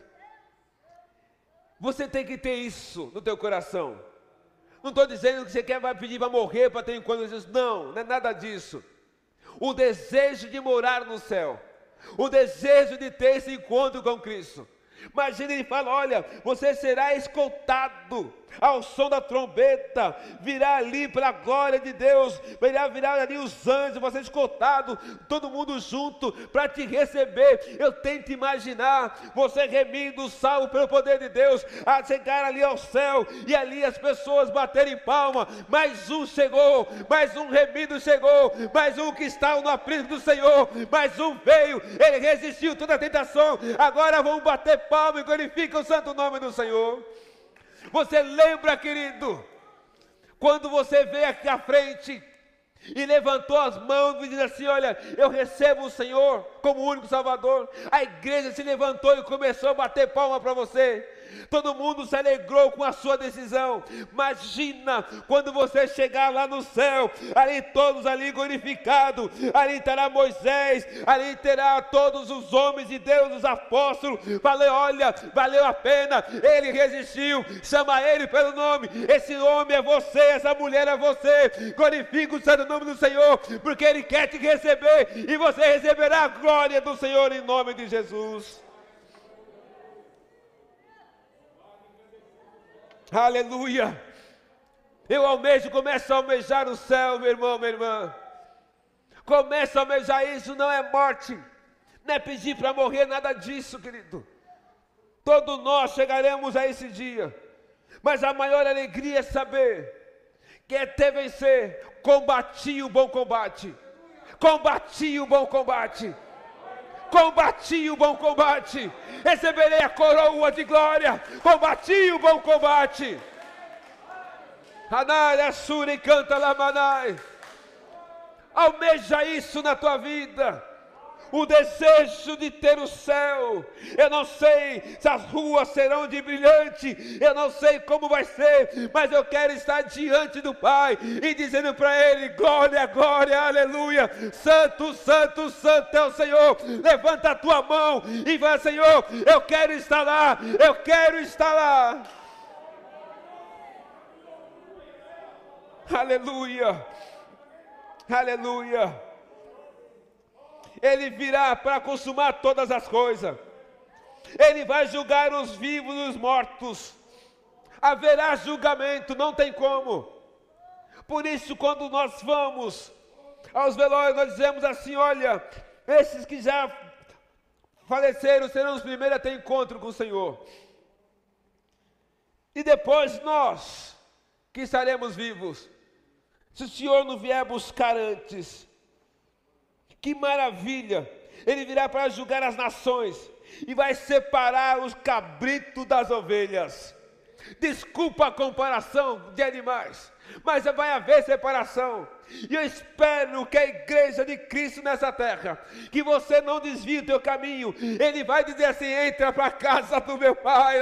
Você tem que ter isso no teu coração. Não estou dizendo que você quer, vai pedir para morrer para ter encontro com Jesus. Não, não é nada disso. O desejo de morar no céu. O desejo de ter esse encontro com Cristo. Imagina, ele fala, olha, você será escoltado ao som da trombeta, virá ali para a glória de Deus, virá, virá ali os anjos, você escoltado, todo mundo junto, para te receber. Eu tento imaginar, você remindo, salvo pelo poder de Deus, a chegar ali ao céu, e ali as pessoas baterem palma, mais um chegou, mais um remido chegou, mais um que está no aprisco do Senhor, mais um veio, ele resistiu toda a tentação, agora vamos bater palma e glorifica o santo nome do Senhor. Você lembra, querido, quando você veio aqui à frente e levantou as mãos e disse assim, olha, eu recebo o Senhor como único Salvador. A igreja se levantou e começou a bater palma para você. Todo mundo se alegrou com a sua decisão. Imagina quando você chegar lá no céu, ali todos ali glorificados, ali terá Moisés, ali terá todos os homens de Deus, os apóstolos. Falei, olha, valeu a pena, ele resistiu, chama ele pelo nome, esse homem é você, essa mulher é você, glorifica o santo nome do Senhor, porque ele quer te receber, e você receberá a glória do Senhor em nome de Jesus. Aleluia, eu almejo, começo a almejar o céu, meu irmão, minha irmã, começa a almejar isso, não é morte, não é pedir para morrer, nada disso, querido, todos nós chegaremos a esse dia, mas a maior alegria é saber, que é até vencer, combati o bom combate, combati o bom combate, combati o bom combate, receberei a coroa de glória, combati o bom combate. Hanai, Assuri, canta Lamanai. Almeja isso na tua vida, o desejo de ter o céu. Eu não sei se as ruas serão de brilhante, eu não sei como vai ser, mas eu quero estar diante do Pai e dizendo para Ele, glória, glória, aleluia, santo, santo, santo é o Senhor. Levanta a tua mão e vai, Senhor, eu quero estar lá, eu quero estar lá. Aleluia, aleluia. Ele virá para consumar todas as coisas. Ele vai julgar os vivos e os mortos. Haverá julgamento, não tem como. Por isso, quando nós vamos aos velórios, nós dizemos assim, olha, esses que já faleceram serão os primeiros a ter encontro com o Senhor. E depois nós, que estaremos vivos, se o Senhor não vier buscar antes, que maravilha, ele virá para julgar as nações e vai separar os cabritos das ovelhas. Desculpa a comparação de animais, mas vai haver separação. E eu espero que a igreja de Cristo nessa terra, que você não desvie o teu caminho. Ele vai dizer assim, entra para a casa do meu pai,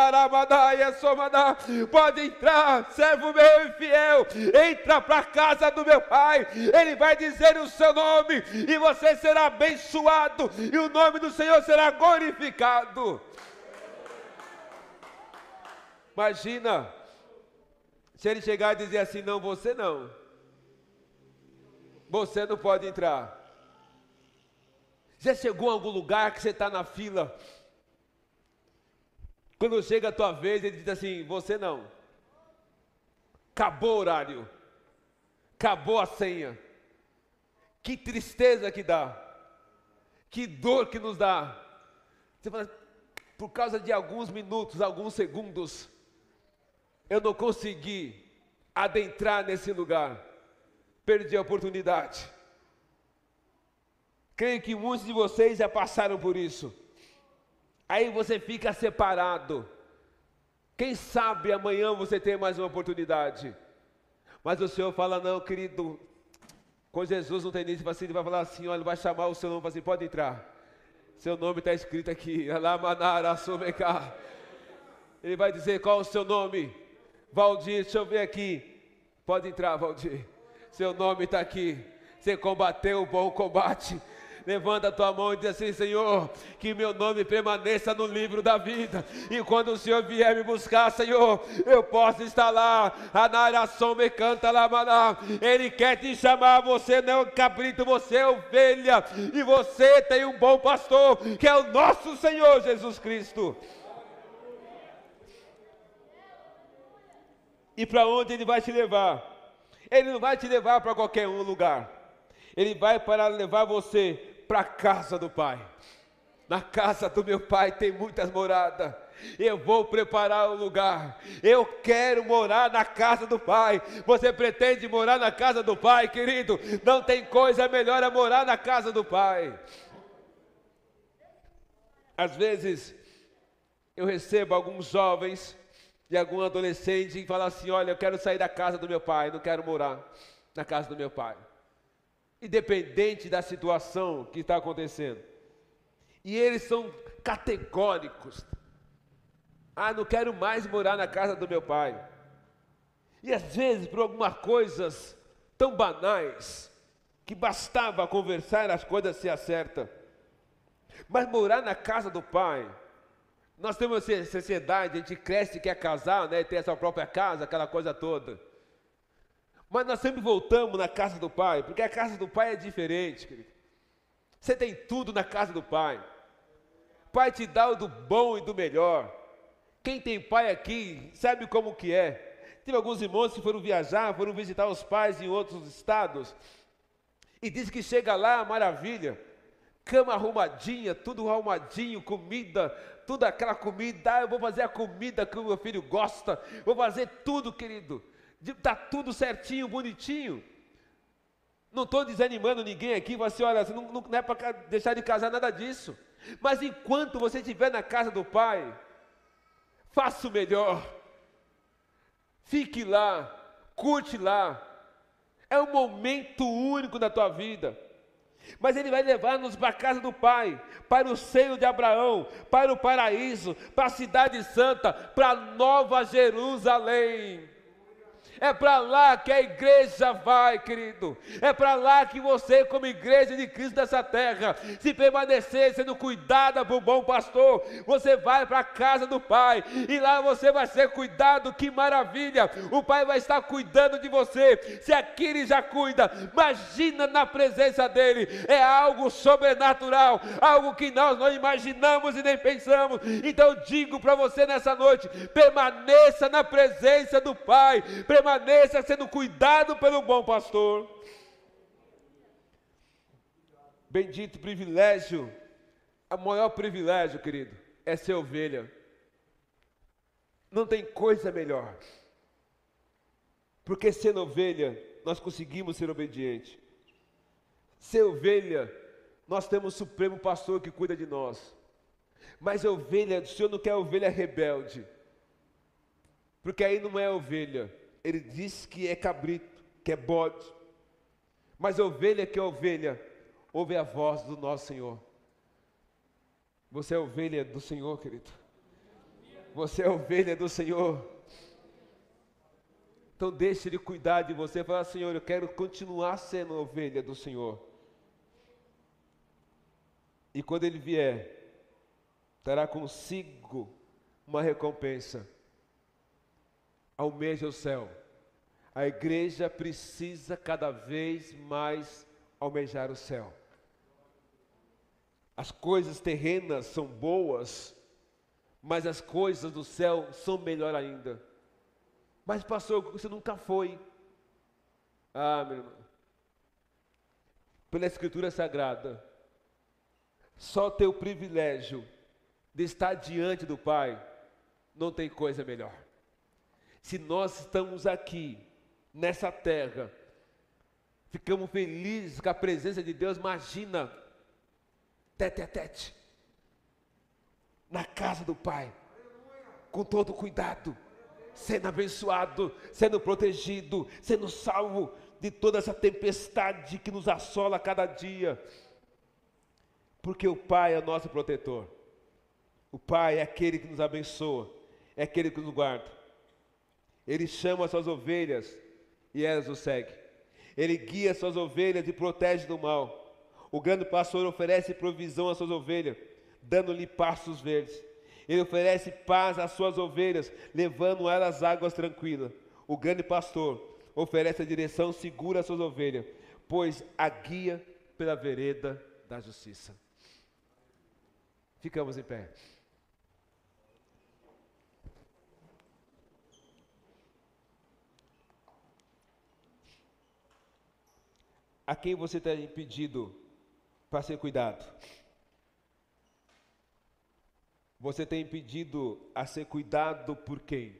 pode entrar, servo meu e fiel, entra para a casa do meu pai. Ele vai dizer o seu nome, e você será abençoado, e o nome do Senhor será glorificado. Imagina, se ele chegar e dizer assim, não, você não, você não pode entrar. Já chegou a algum lugar que você está na fila, quando chega a tua vez, ele diz assim, você não, acabou o horário, acabou a senha. Que tristeza que dá, que dor que nos dá. Você fala, por causa de alguns minutos, alguns segundos, eu não consegui adentrar nesse lugar, perdi a oportunidade. Creio que muitos de vocês já passaram por isso. Aí você fica separado. Quem sabe amanhã você tem mais uma oportunidade. Mas o Senhor fala, não, querido, com Jesus não tem nisso. Ele vai falar assim, olha, vai chamar o seu nome, assim, pode entrar. Seu nome está escrito aqui. Ele vai dizer: qual o seu nome? Valdir, deixa eu ver aqui. Pode entrar, Valdir. Seu nome está aqui. Você combateu o bom combate. Levanta a tua mão e diz assim: Senhor, que meu nome permaneça no livro da vida, e quando o Senhor vier me buscar, Senhor, eu posso estar lá. A narração me canta lá, maná. Ele quer te chamar, você não é um cabrito, você é ovelha, e você tem um bom pastor, que é o nosso Senhor Jesus Cristo. E para onde Ele vai te levar? Ele não vai te levar para qualquer um lugar. Ele vai para levar você para a casa do Pai. Na casa do meu Pai tem muitas moradas. Eu vou preparar o lugar. Eu quero morar na casa do Pai. Você pretende morar na casa do Pai, querido? Não tem coisa melhor a morar na casa do Pai. Às vezes eu recebo alguns jovens e algum adolescente que falam assim: olha, eu quero sair da casa do meu pai, não quero morar na casa do meu pai. Independente da situação que está acontecendo. E eles são categóricos. Ah, não quero mais morar na casa do meu pai. E às vezes por algumas coisas tão banais, que bastava conversar, as coisas se acertam. Mas morar na casa do pai, nós temos essa sociedade, a gente cresce e quer casar, né, ter a sua própria casa, aquela coisa toda. Mas nós sempre voltamos na casa do Pai, porque a casa do Pai é diferente, querido. Você tem tudo na casa do Pai. O Pai te dá o do bom e do melhor. Quem tem pai aqui sabe como que é. Tive alguns irmãos que foram viajar, foram visitar os pais em outros estados, e diz que chega lá, maravilha, cama arrumadinha, tudo arrumadinho, comida, tudo aquela comida. Ah, eu vou fazer a comida que o meu filho gosta, vou fazer tudo, querido. Está tudo certinho, bonitinho. Não estou desanimando ninguém aqui. Você olha, não, não, não é para deixar de casar, nada disso. Mas enquanto você estiver na casa do Pai, faça o melhor. Fique lá, curte lá. É um momento único da tua vida. Mas Ele vai levar-nos para a casa do Pai, para o seio de Abraão, para o paraíso, para a cidade santa, para a Nova Jerusalém. É para lá que a igreja vai, querido. É para lá que você, como igreja de Cristo dessa terra, se permanecer sendo cuidada por bom pastor, você vai para a casa do Pai, e lá você vai ser cuidado. Que maravilha! O Pai vai estar cuidando de você. Se aqui Ele já cuida, imagina na presença dEle. É algo sobrenatural, algo que nós não imaginamos e nem pensamos. Então eu digo para você nessa noite: permaneça na presença do Pai, permaneça Permaneça sendo cuidado pelo bom pastor. Bendito privilégio. O maior privilégio, querido, é ser ovelha. Não tem coisa melhor. Porque sendo ovelha, nós conseguimos ser obedientes. Ser ovelha, nós temos o supremo pastor que cuida de nós. Mas a ovelha, o Senhor não quer ovelha rebelde. Porque aí não é ovelha. Ele diz que é cabrito, que é bode. Mas a ovelha que é ovelha, ouve a voz do nosso Senhor. Você é ovelha do Senhor, querido. Você é ovelha do Senhor. Então deixe Ele cuidar de você. Fala: Senhor, eu quero continuar sendo ovelha do Senhor. E quando Ele vier, terá consigo uma recompensa. Almeja o céu. A igreja precisa cada vez mais almejar o céu. As coisas terrenas são boas, mas as coisas do céu são melhor ainda. Mas pastor, você nunca foi. Ah, meu irmão, pela Escritura Sagrada, só ter o privilégio de estar diante do Pai, não tem coisa melhor. Se nós estamos aqui, nessa terra, ficamos felizes com a presença de Deus, imagina, tete a tete, na casa do Pai, com todo cuidado, sendo abençoado, sendo protegido, sendo salvo de toda essa tempestade que nos assola a cada dia, porque o Pai é nosso protetor. O Pai é aquele que nos abençoa, é aquele que nos guarda. Ele chama as suas ovelhas e elas o seguem. Ele guia as suas ovelhas e protege do mal. O grande pastor oferece provisão às suas ovelhas, dando-lhe pastos verdes. Ele oferece paz às suas ovelhas, levando elas às águas tranquilas. O grande pastor oferece a direção segura às suas ovelhas, pois a guia pela vereda da justiça. Ficamos em pé. A quem você tem pedido para ser cuidado? Você tem pedido a ser cuidado por quem?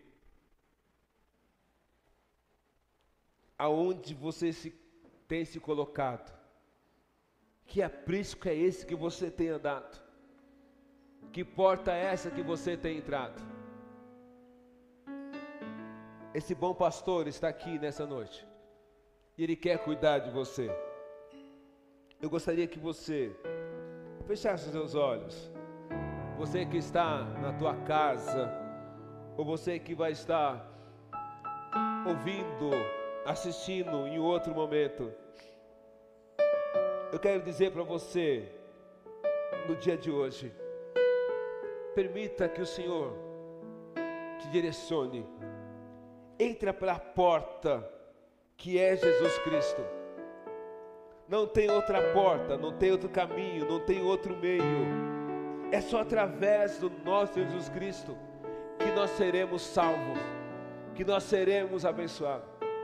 Aonde você se, tem se colocado? Que aprisco é esse que você tem andado? Que porta é essa que você tem entrado? Esse bom pastor está aqui nessa noite. E Ele quer cuidar de você. Eu gostaria que você fechasse os seus olhos. Você que está na tua casa, ou você que vai estar ouvindo, assistindo em outro momento. Eu quero dizer para você, no dia de hoje, permita que o Senhor te direcione. Entra pela porta que é Jesus Cristo. Não tem outra porta, não tem outro caminho, não tem outro meio. É só através do nosso Jesus Cristo que nós seremos salvos, que nós seremos abençoados.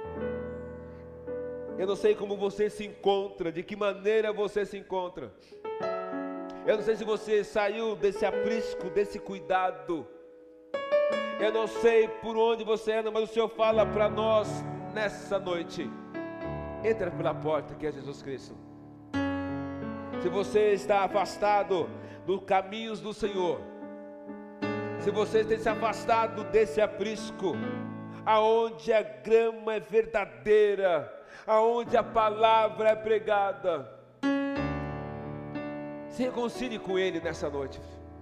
Eu não sei como você se encontra, de que maneira você se encontra. Eu não sei se você saiu desse aprisco, desse cuidado. Eu não sei por onde você anda, mas o Senhor fala para nós nessa noite. Entra pela porta que é Jesus Cristo. Se você está afastado dos caminhos do Senhor, se você tem se afastado desse aprisco, aonde a grama é verdadeira, aonde a palavra é pregada, se reconcilie com Ele nessa noite.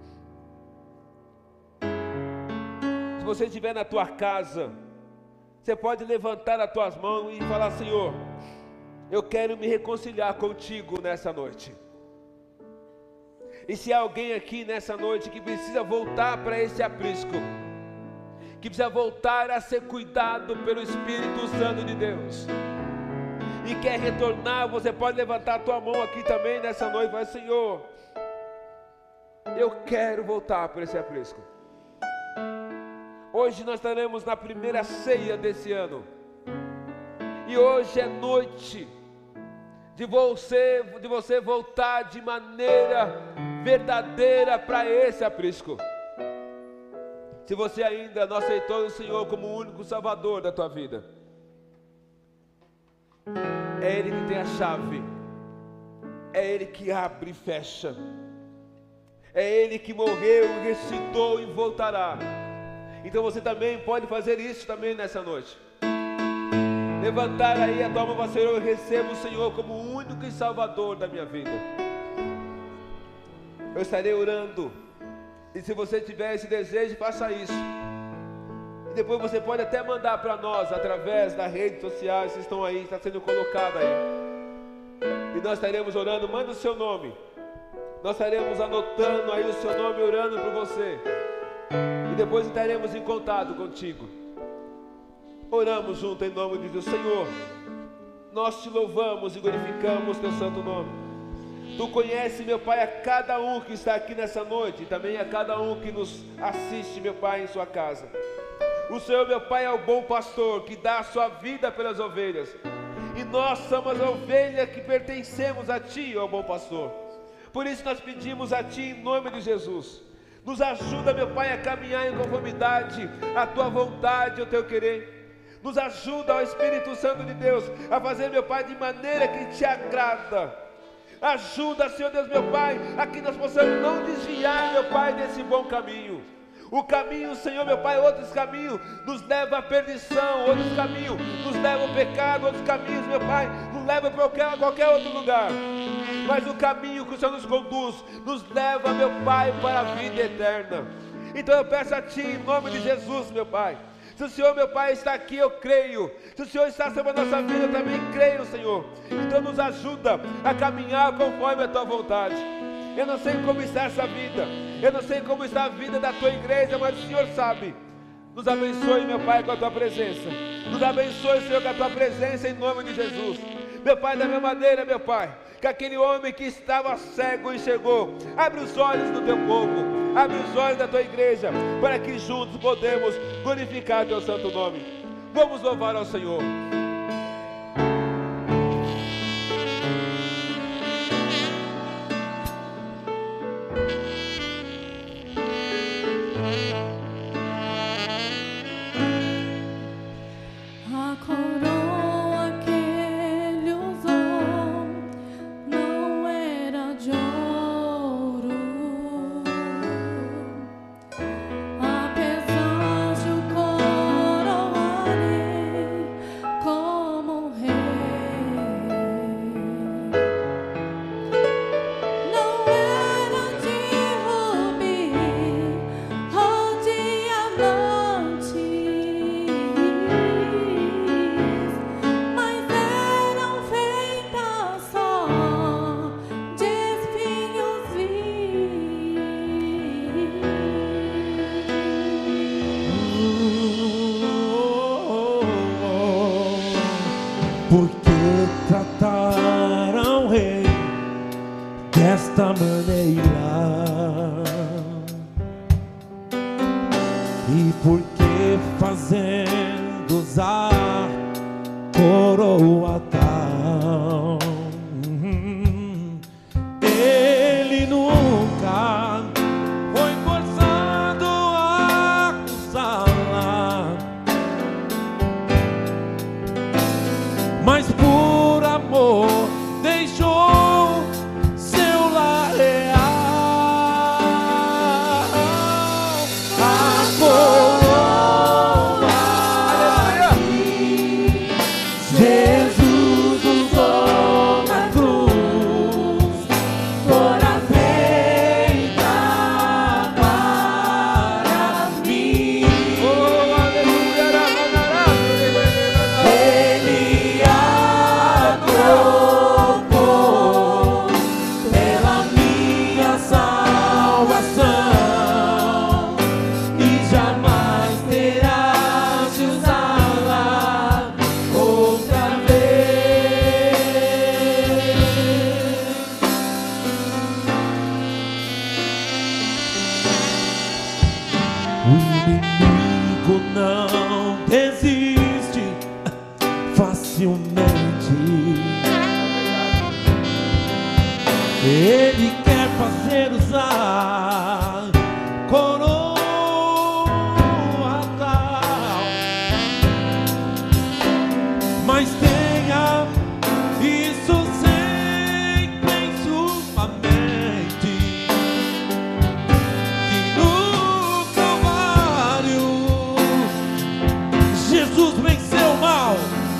Se você estiver na tua casa, você pode levantar as tuas mãos e falar: Senhor, eu quero me reconciliar contigo nessa noite. E se há alguém aqui nessa noite que precisa voltar para esse aprisco, que precisa voltar a ser cuidado pelo Espírito Santo de Deus, e quer retornar, você pode levantar a tua mão aqui também nessa noite e falar: Senhor, eu quero voltar para esse aprisco. Hoje nós estaremos na primeira ceia desse ano, e hoje é noite de você, de você voltar de maneira verdadeira para esse aprisco. Se você ainda não aceitou o Senhor como o único Salvador da tua vida, é Ele que tem a chave, é Ele que abre e fecha, é Ele que morreu, ressuscitou e voltará. Então você também pode fazer isso também nessa noite. Levantar aí a tua mão para o Senhor: eu recebo o Senhor como o único e Salvador da minha vida. Eu estarei orando, e se você tiver esse desejo, faça isso. E depois você pode até mandar para nós através das redes sociais que estão aí, está sendo colocado aí. E nós estaremos orando. Manda o seu nome. Nós estaremos anotando aí o seu nome, orando por você. E depois estaremos em contato contigo. Oramos junto em nome de Deus. Senhor, nós te louvamos e glorificamos teu santo nome. Tu conheces, meu Pai, a cada um que está aqui nessa noite, e também a cada um que nos assiste, meu Pai, em sua casa. O Senhor, meu Pai, é o bom pastor que dá a sua vida pelas ovelhas. E nós somos a ovelha que pertencemos a Ti, ó bom pastor. Por isso nós pedimos a Ti em nome de Jesus. Nos ajuda, meu Pai, a caminhar em conformidade à Tua vontade, ao Teu querer. Nos ajuda, ó Espírito Santo de Deus, a fazer, meu Pai, de maneira que Te agrada. Ajuda, Senhor Deus, meu Pai, a que nós possamos não desviar, meu Pai, desse bom caminho. O caminho, Senhor, meu Pai, outros caminhos nos levam à perdição, outros caminhos nos levam ao pecado, outros caminhos, meu Pai, nos levam para qualquer, qualquer outro lugar. Mas o caminho que o Senhor nos conduz, nos leva, meu Pai, para a vida eterna. Então eu peço a Ti, em nome de Jesus, meu Pai. Se o Senhor, meu Pai, está aqui, eu creio. Se o Senhor está sobre a nossa vida, eu também creio, Senhor. Então nos ajuda a caminhar conforme a Tua vontade. Eu não sei como está essa vida, eu não sei como está a vida da Tua igreja, mas o Senhor sabe. Nos abençoe, meu Pai, com a Tua presença. Nos abençoe, Senhor, com a Tua presença, em nome de Jesus. Meu Pai, da mesma maneira, meu Pai, que aquele homem que estava cego enxergou. Abre os olhos do Teu povo. Abre os olhos da Tua igreja, para que juntos podemos glorificar Teu santo nome. Vamos louvar ao Senhor. Desta maneira, e por que fazendo usar coroa tal? Ele nunca foi forçado a acusá-la, mas por amor deixou seu lar real. A coroa que Jesus usou na cruz fora feita para mim. Oh, aleluia. Ele a trocou pela minha salvação, e jamais terá de usá-la outra vez. O inimigo não desiste facilmente. Ele quer fazer usar coroa tal, mas tenha isso sempre em sua mente, que no Calvário Jesus venceu o mal.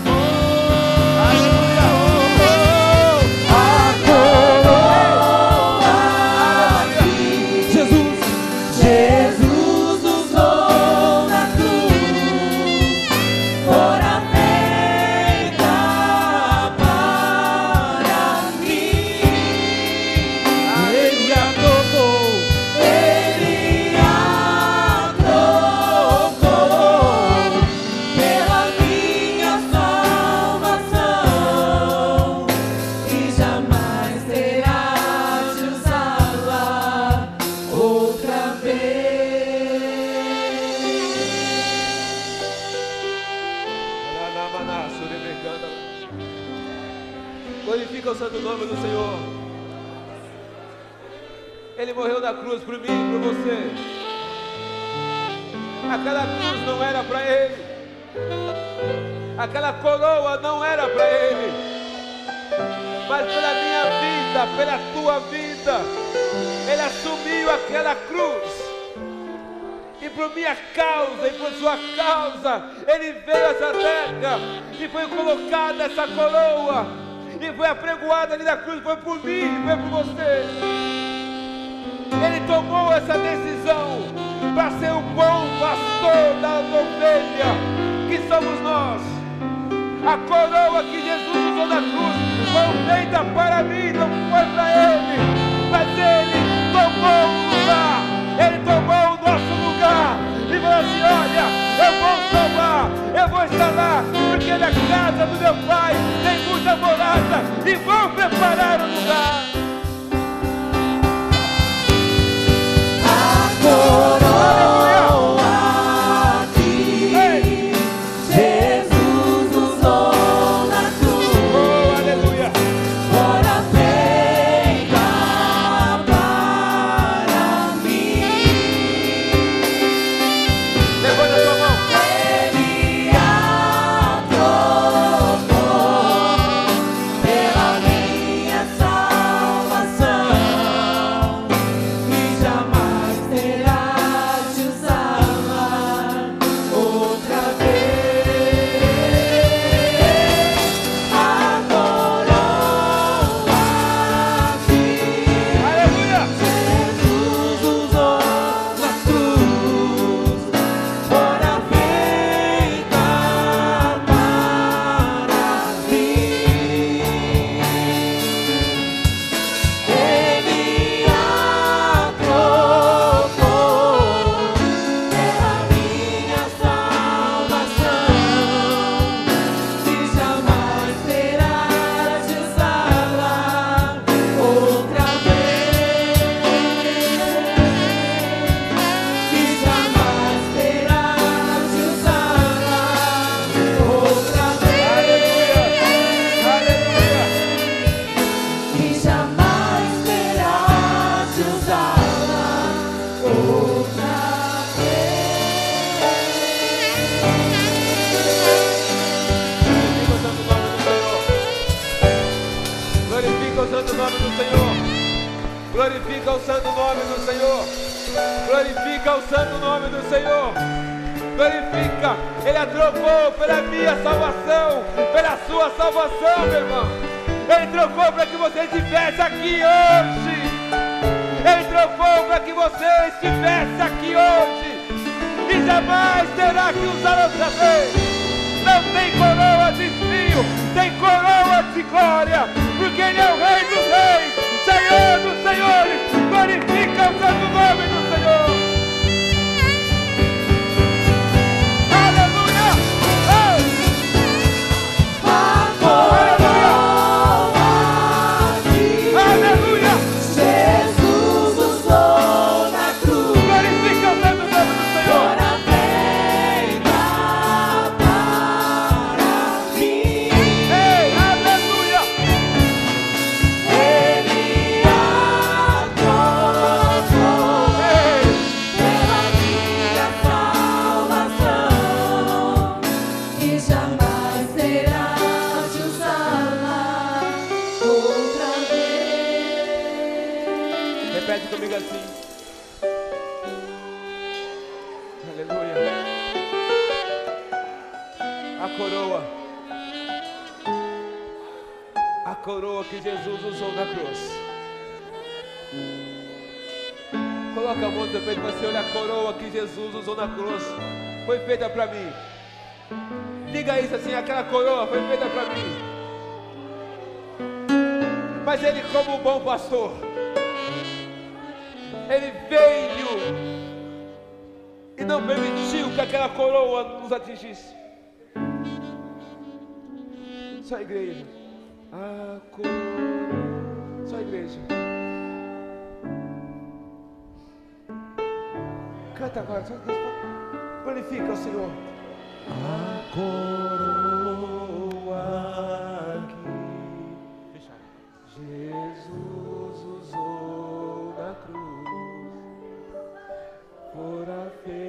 Glorifica o santo nome do Senhor. Ele morreu na cruz por mim e por você. Aquela cruz não era para ele. Aquela coroa não era para ele. Mas pela minha vida, pela tua vida, ele assumiu aquela cruz. E por minha causa e por sua causa, ele veio a essa terra e foi colocada essa coroa. E foi apregoada ali na cruz, foi por mim, foi por você. Ele tomou essa decisão para somos nós. A coroa que Jesus usou na cruz foi feita para mim, não foi para Ele. Mas Ele tomou o lugar, Ele tomou o nosso lugar e falou assim: olha, eu vou salvar, eu vou estar lá, porque na casa do meu Pai tem muita morada e vou preparar o lugar. A coroa que Ei. Jesus usou na cruz, oh, aleluia, fora feita para mim. Levanta a tua mão. Ele a trocou pela minha salvação e jamais terá de usá-la outra vez. A coroa que Aleluia. Jesus usou na cruz fora feita para mim. Ele a trocou pela minha salvação e jamais terá de usá-la outra vez. E jamais terá de usá-la outra vez. Aleluia. E jamais terá de usá-la outra Glorifica o santo nome do Senhor. Glorifica o santo nome do Senhor. Glorifica o santo nome do Senhor. Glorifica. Ele a trocou pela minha salvação, pela sua salvação, meu irmão. Ele trocou para que você estivesse aqui hoje. Ele trocou para que você estivesse aqui hoje. E jamais terá que usar outra vez. Não tem coroa de espinho, tem coroa de glória, porque Ele é o Rei dos Reis, Senhor dos Senhores. Glorifica o santo nome do Senhor. Aleluia! Oh! A coroa que Aleluia! Jesus usou na cruz Glorifica o santo nome do Senhor. fora feita para mim. Ei, aleluia! Ele a trocou Ei, pela minha salvação e jamais terá de usá-la outra vez. repete comigo assim. Aleluia. A coroa. A coroa que Jesus usou na cruz. Coloca a mão no teu peito e você olha a coroa que Jesus usou na cruz. Foi feita para mim. Diga isso assim, aquela coroa foi feita para mim. Mas Ele, como um bom pastor, Ele veio e não permitiu que aquela coroa nos atingisse. Só a igreja. A coroa. Só a igreja. Canta agora. Só glorifica o Senhor. A coroa que Jesus usou na cruz fora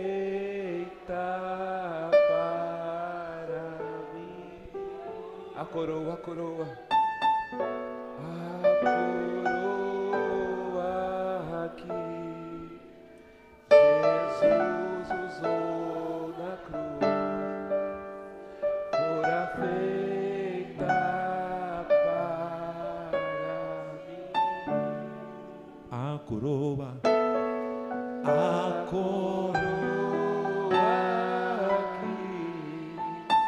feita para mim. A coroa, a coroa, a coroa que Jesus usou na cruz fora feita para mim. a coroa, a coroa que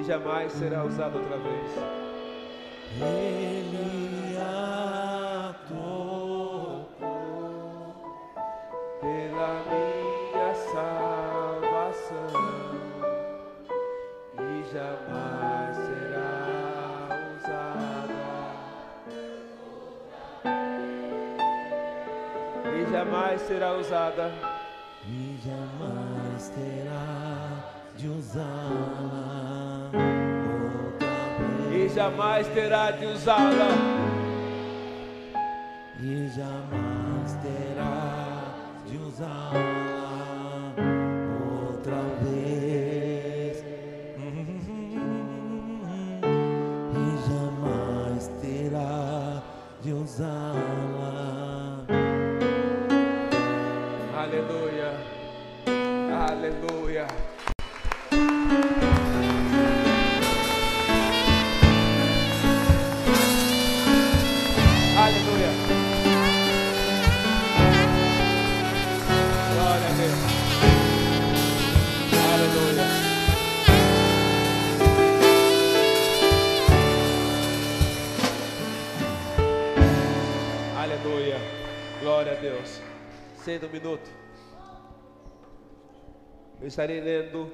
jamais será usado outra vez. Ele a tocou Pela minha salvação e jamais será usada. E jamais será usada. e jamais terá de usá-la outra E vez. jamais terá de usá-la. E jamais terá de usá-la outra vez. E jamais terá de usá-la. Aleluia. Aleluia. Aleluia. Glória a Deus. Aleluia. Aleluia. Glória a Deus. Senta um minuto. Eu estarei lendo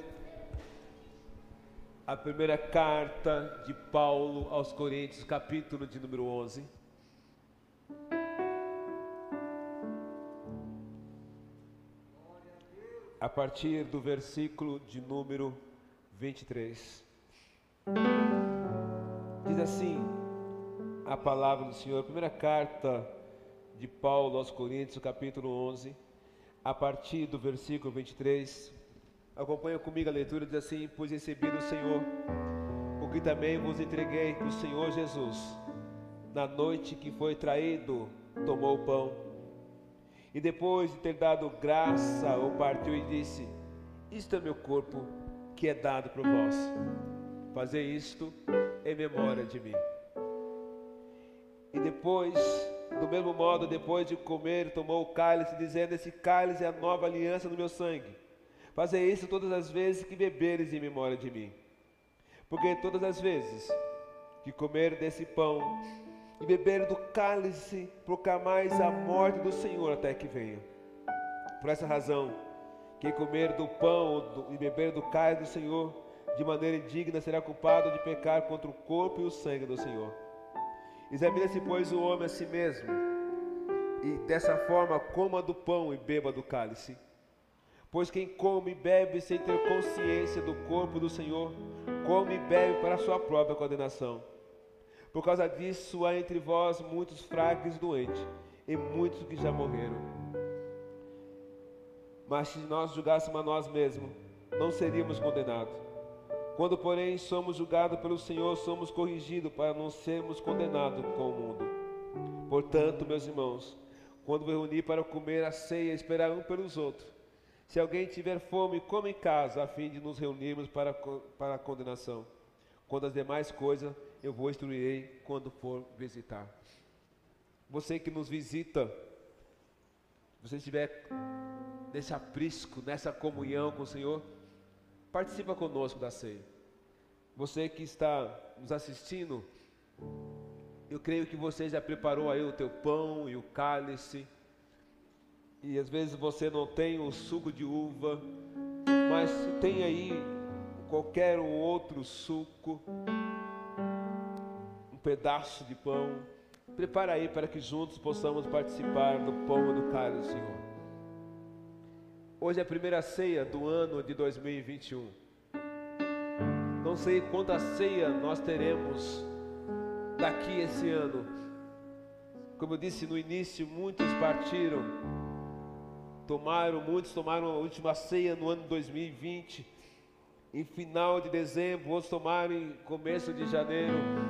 a primeira carta de Paulo aos Coríntios, capítulo de número onze. A partir do versículo de número vinte e três. Diz assim a palavra do Senhor, primeira carta de Paulo aos Coríntios, capítulo onze, a partir do versículo vinte e três. Acompanha comigo a leitura, diz assim: pois recebi do Senhor o que também vos entreguei, que o Senhor Jesus, na noite que foi traído, tomou o pão, e depois de ter dado graça, o partiu e disse: isto é meu corpo, que é dado por vós. Fazei isto em memória de mim. E depois, do mesmo modo, depois de comer, tomou o cálice, dizendo: esse cálice é a nova aliança no meu sangue. Fazei isso todas as vezes que beberes em memória de mim. Porque todas as vezes que comer desse pão e beber do cálice, proclamais a morte do Senhor até que venha. Por essa razão, quem comer do pão e beber do cálice do Senhor de maneira indigna será culpado de pecar contra o corpo e o sangue do Senhor. Examine-se, pois, o homem a si mesmo, e dessa forma coma do pão e beba do cálice. Pois quem come e bebe sem ter consciência do corpo do Senhor, come e bebe para a sua própria condenação. Por causa disso há entre vós muitos fracos e doentes, e muitos que já morreram. Mas se nós julgássemos a nós mesmos, não seríamos condenados. Quando, porém, somos julgados pelo Senhor, somos corrigidos para não sermos condenados com o mundo. Portanto, meus irmãos, quando vos reunir para comer a ceia, esperar um pelos outros. Se alguém tiver fome, coma em casa, a fim de nos reunirmos para, para a condenação. Quando as demais coisas, eu vos instruirei quando for visitar. Você que nos visita, se você estiver nesse aprisco, nessa comunhão com o Senhor, participa conosco da ceia. Você que está nos assistindo, eu creio que você já preparou aí o teu pão e o cálice. E às vezes você não tem o suco de uva, mas tem aí qualquer um outro suco, um pedaço de pão. Prepara aí para que juntos possamos participar do pão e do cálice do Senhor. Hoje é a primeira ceia do ano de dois mil e vinte e um. Não sei quanta ceia nós teremos daqui esse ano. Como eu disse no início, muitos partiram. Tomaram, muitos tomaram a última ceia no ano de dois mil e vinte, em final de dezembro, outros tomaram em começo de janeiro.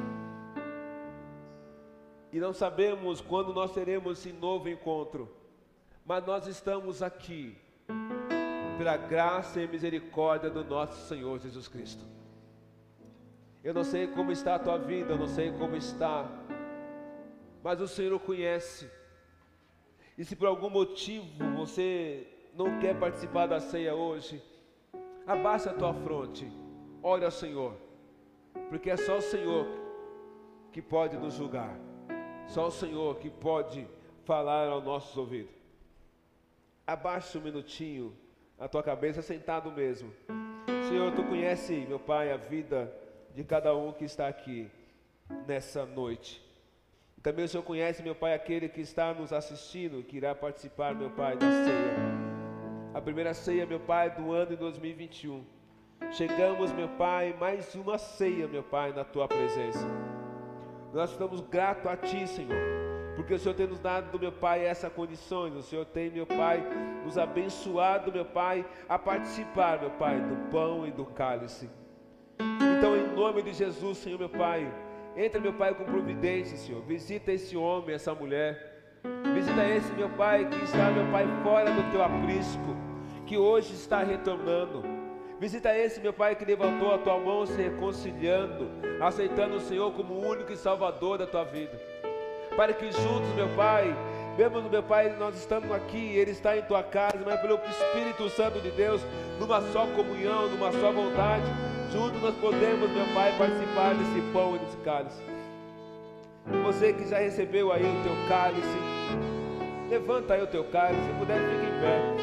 E não sabemos quando nós teremos esse novo encontro, mas nós estamos aqui, pela graça e misericórdia do nosso Senhor Jesus Cristo. Eu não sei como está a tua vida, eu não sei como está, mas o Senhor conhece. E se por algum motivo você não quer participar da ceia hoje, abaixa a tua fronte, ore ao Senhor, porque é só o Senhor que pode nos julgar, só o Senhor que pode falar aos nossos ouvidos. Abaixa um minutinho a tua cabeça, sentado mesmo. Senhor, Tu conhece, meu Pai, a vida de cada um que está aqui nessa noite. Também o Senhor conhece, meu Pai, aquele que está nos assistindo, que irá participar, meu Pai, da ceia. A primeira ceia, meu Pai, do ano de dois mil e vinte e um. Chegamos, meu Pai, mais uma ceia, meu Pai, na Tua presença. Nós estamos gratos a Ti, Senhor, porque o Senhor tem nos dado, meu Pai, essa condição. O Senhor tem, meu Pai, nos abençoado, meu Pai, a participar, meu Pai, do pão e do cálice. Então, em nome de Jesus, Senhor, meu Pai, entra, meu Pai, com providência, Senhor. Visita esse homem, essa mulher. Visita esse, meu Pai, que está, meu Pai, fora do Teu aprisco, que hoje está retornando. Visita esse, meu Pai, que levantou a Tua mão se reconciliando, aceitando o Senhor como o único e Salvador da Tua vida. Para que juntos, meu Pai, mesmo, meu Pai, nós estamos aqui, Ele está em Tua casa, mas pelo Espírito Santo de Deus, numa só comunhão, numa só vontade, juntos nós podemos, meu Pai, participar desse pão e desse cálice. Você que já recebeu aí o teu cálice, levanta aí o teu cálice, se puder, fique em pé.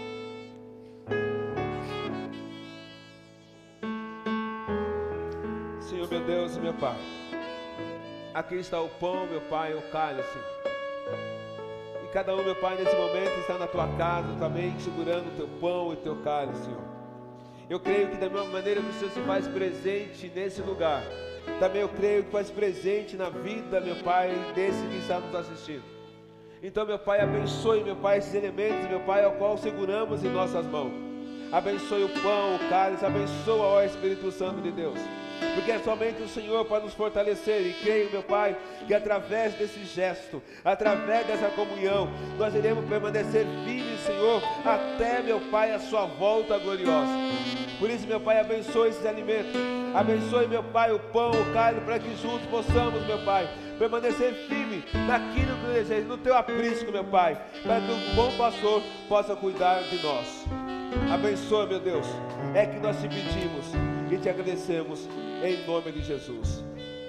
Senhor, meu Deus e meu Pai, aqui está o pão, meu Pai, o cálice. E cada um, meu Pai, nesse momento está na tua casa também, segurando o teu pão e o teu cálice, Senhor. Eu creio que da mesma maneira que o Senhor se faz presente nesse lugar, também eu creio que faz presente na vida, meu Pai, desse que está nos assistindo. Então, meu Pai, abençoe, meu Pai, esses elementos, meu Pai, ao qual seguramos em nossas mãos. Abençoe o pão, o cálice, abençoa, ó Espírito Santo de Deus. Porque é somente o Senhor para nos fortalecer. E creio, meu Pai, que através desse gesto, através dessa comunhão, nós iremos permanecer firmes, Senhor, até, meu Pai, a sua volta gloriosa. Por isso, meu Pai, abençoe esses alimentos. Abençoe, meu Pai, o pão, o cálice, para que juntos possamos, meu Pai, permanecer firme naquilo que deseja, no teu aprisco, meu Pai, para que o bom pastor possa cuidar de nós. Abençoa, meu Deus, é que nós te pedimos e te agradecemos em nome de Jesus.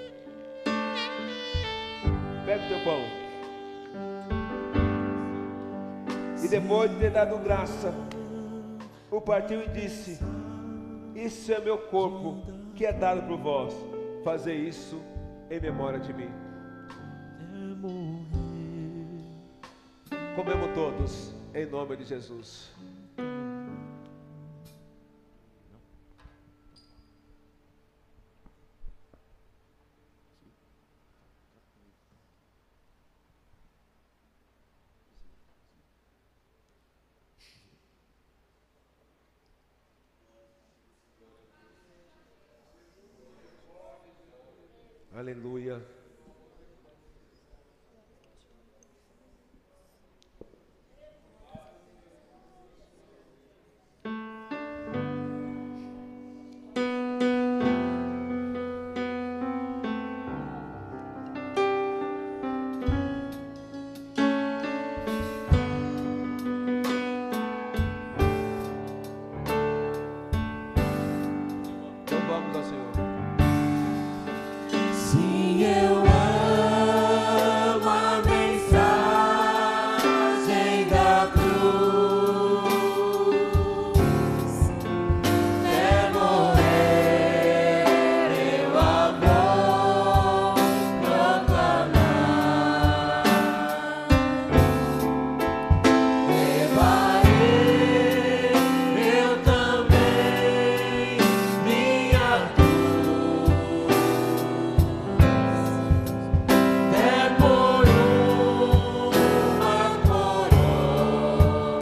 Pega o teu pão e depois de ter dado graça, o partiu e disse: isso é meu corpo que é dado por vós, fazei isso em memória de mim. Comemos todos em nome de Jesus. Aleluia. Então vamos ao Senhor. Sim, eu amo a mensagem da cruz. Até morrer eu amor proclamar. Levarei eu também minha cruz. Até por uma coroa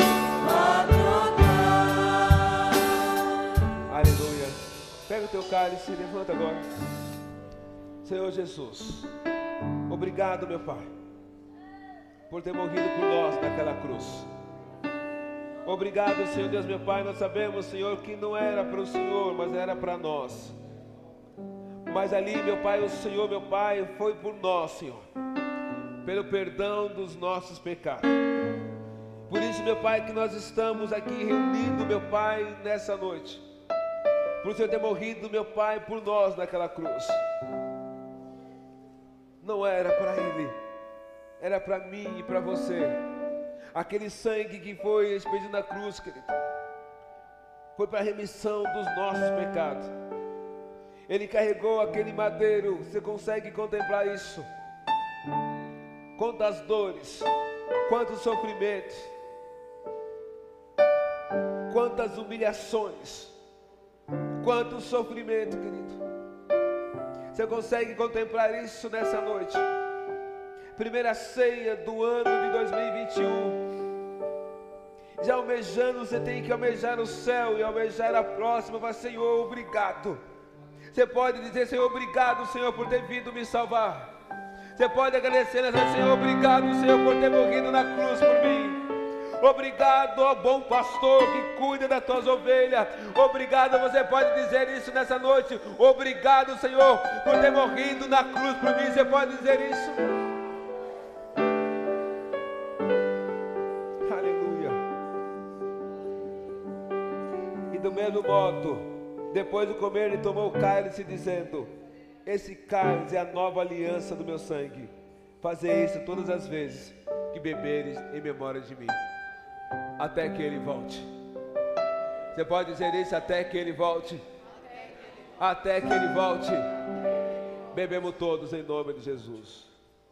trocar. Aleluia. Pega o teu cálice e levanta agora. Senhor Jesus, obrigado, meu Pai, por ter morrido por nós naquela cruz. Obrigado, Senhor Deus, meu Pai. Nós sabemos, Senhor, que não era para o Senhor, mas era para nós. Mas ali, meu Pai, o Senhor, meu Pai, foi por nós, Senhor, pelo perdão dos nossos pecados. Por isso, meu Pai, que nós estamos aqui reunidos, meu Pai, nessa noite, por Senhor ter morrido, meu Pai, por nós naquela cruz. Não era para Ele, era para mim e para você. Aquele sangue que foi expedido na cruz, querido, foi para a remissão dos nossos pecados. Ele carregou aquele madeiro. Você consegue contemplar isso? Quantas dores, quantos sofrimentos, quantas humilhações, quanto sofrimento, querido. Você consegue contemplar isso nessa noite? Primeira ceia do ano de dois mil e vinte e um. Já almejando, você tem que almejar o céu e almejar a próxima. Vai, Senhor, obrigado. Você pode dizer: Senhor, obrigado, Senhor, por ter vindo me salvar. Você pode agradecer nessa noite: Senhor, obrigado, Senhor, por ter morrido na cruz por mim. Obrigado, ó bom pastor que cuida das tuas ovelhas. Obrigado, você pode dizer isso nessa noite. Obrigado, Senhor, por ter morrido na cruz por mim. Você pode dizer isso? Aleluia. E do mesmo modo, depois de comer, ele tomou o cálice, dizendo: esse cálice é a nova aliança do meu sangue. Fazei isso todas as vezes que beberes em memória de mim, até que ele volte. Você pode dizer isso: até que ele volte. Até que ele volte. Bebemos todos em nome de Jesus.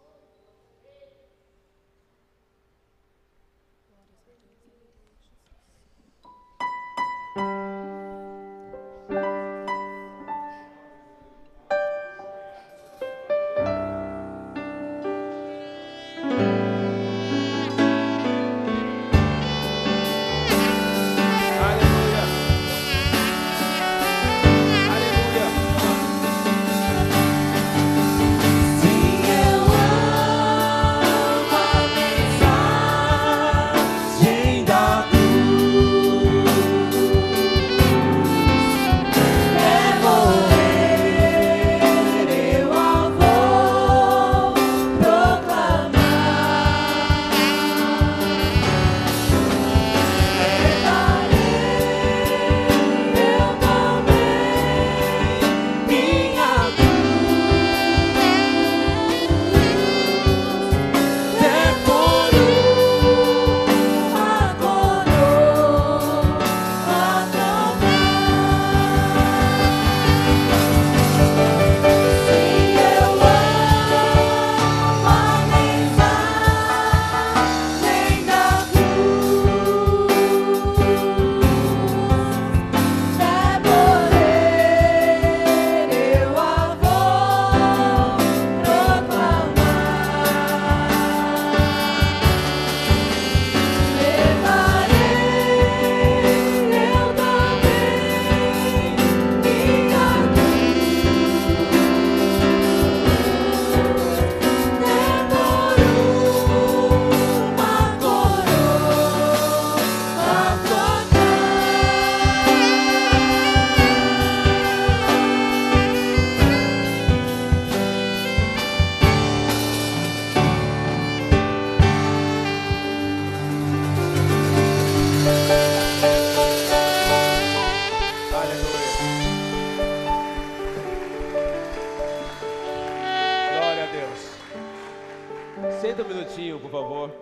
Senta um minutinho, por favor.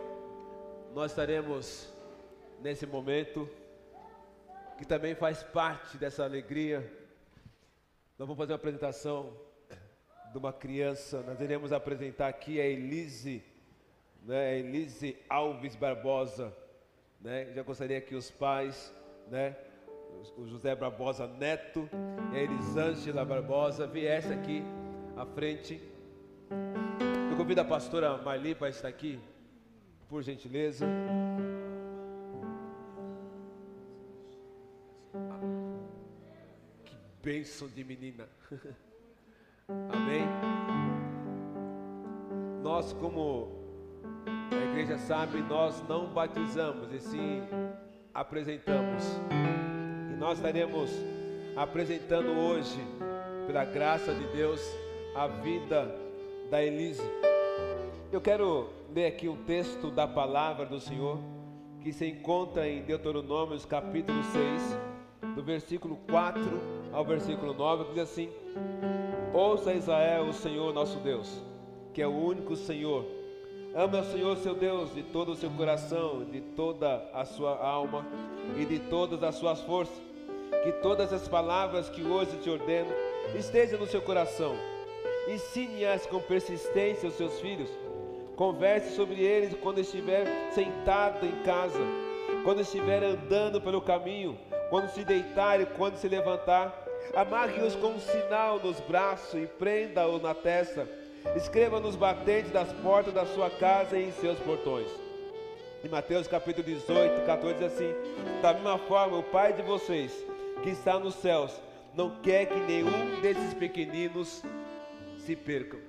Nós estaremos nesse momento que também faz parte dessa alegria. Nós vamos fazer uma apresentação de uma criança. Nós iremos apresentar aqui a Elise, né, a Elise Alves Barbosa, né? Já gostaria que os pais, né, o José Barbosa Neto e a Elisângela Barbosa viessem aqui à frente. Eu convido a pastora Marli para estar aqui, por gentileza. Que bênção de menina. Amém. Nós, como a igreja sabe, nós não batizamos e sim apresentamos. E nós estaremos apresentando hoje, pela graça de Deus, a vida da Elise. Eu quero ler aqui um texto da palavra do Senhor que se encontra em Deuteronômio capítulo seis, do versículo quatro ao versículo nove, diz assim: ouça, Israel, o Senhor nosso Deus, que é o único Senhor. Ame ao Senhor seu Deus de todo o seu coração, de toda a sua alma e de todas as suas forças. Que todas as palavras que hoje te ordeno estejam no seu coração. Ensine-as com persistência aos seus filhos. Converse sobre eles quando estiver sentado em casa, quando estiver andando pelo caminho, quando se deitar e quando se levantar. Amarre-os com um sinal nos braços e prenda-os na testa. Escreva nos batentes das portas da sua casa e em seus portões. Em Mateus capítulo dezoito, quatorze, diz assim: da mesma forma, o Pai de vocês, que está nos céus, não quer que nenhum desses pequeninos se percam.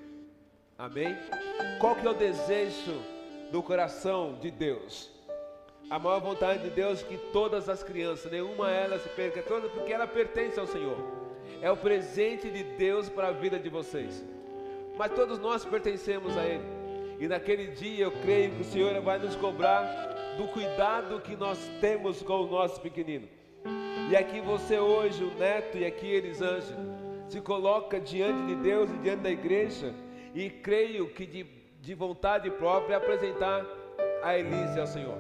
Amém? Qual que é o desejo do coração de Deus? A maior vontade de Deus é que todas as crianças, nenhuma elas se perca, todas, porque ela pertence ao Senhor. É o presente de Deus para a vida de vocês. Mas todos nós pertencemos a Ele. E naquele dia eu creio que o Senhor vai nos cobrar do cuidado que nós temos com os nossos pequeninos. E aqui você hoje, o neto, e aqui Elisângela, se coloca diante de Deus e diante da igreja. E creio que de, de vontade própria apresentar a Elise ao Senhor.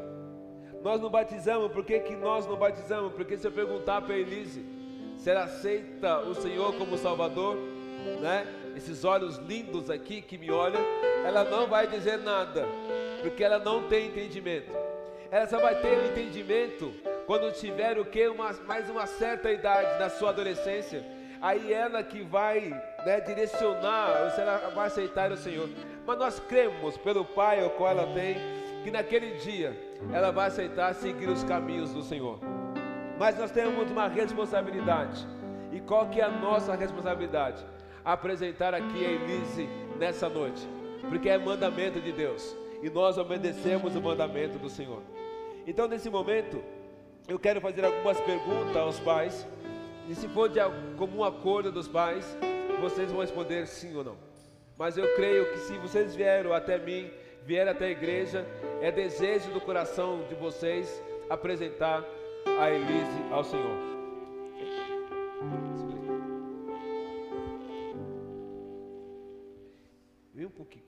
Nós não batizamos, por que que nós não batizamos? Porque se eu perguntar para a Elise se ela aceita o Senhor como Salvador, né? Esses olhos lindos aqui que me olham, ela não vai dizer nada, porque ela não tem entendimento. Ela só vai ter o entendimento quando tiver o que? Uma, mais uma certa idade, na sua adolescência. Aí ela que vai, né, direcionar, se ela vai aceitar o Senhor. Mas nós cremos pelo Pai, o qual ela tem, que naquele dia ela vai aceitar seguir os caminhos do Senhor. Mas nós temos uma responsabilidade. E qual que é a nossa responsabilidade? Apresentar aqui a Elise nessa noite, porque é mandamento de Deus e nós obedecemos o mandamento do Senhor. Então, nesse momento, eu quero fazer algumas perguntas aos pais, e se for de comum acordo dos pais, vocês vão responder sim ou não. Mas eu creio que se vocês vieram até mim, vieram até a igreja, é desejo do coração de vocês apresentar a Elise ao Senhor. Vem um pouquinho.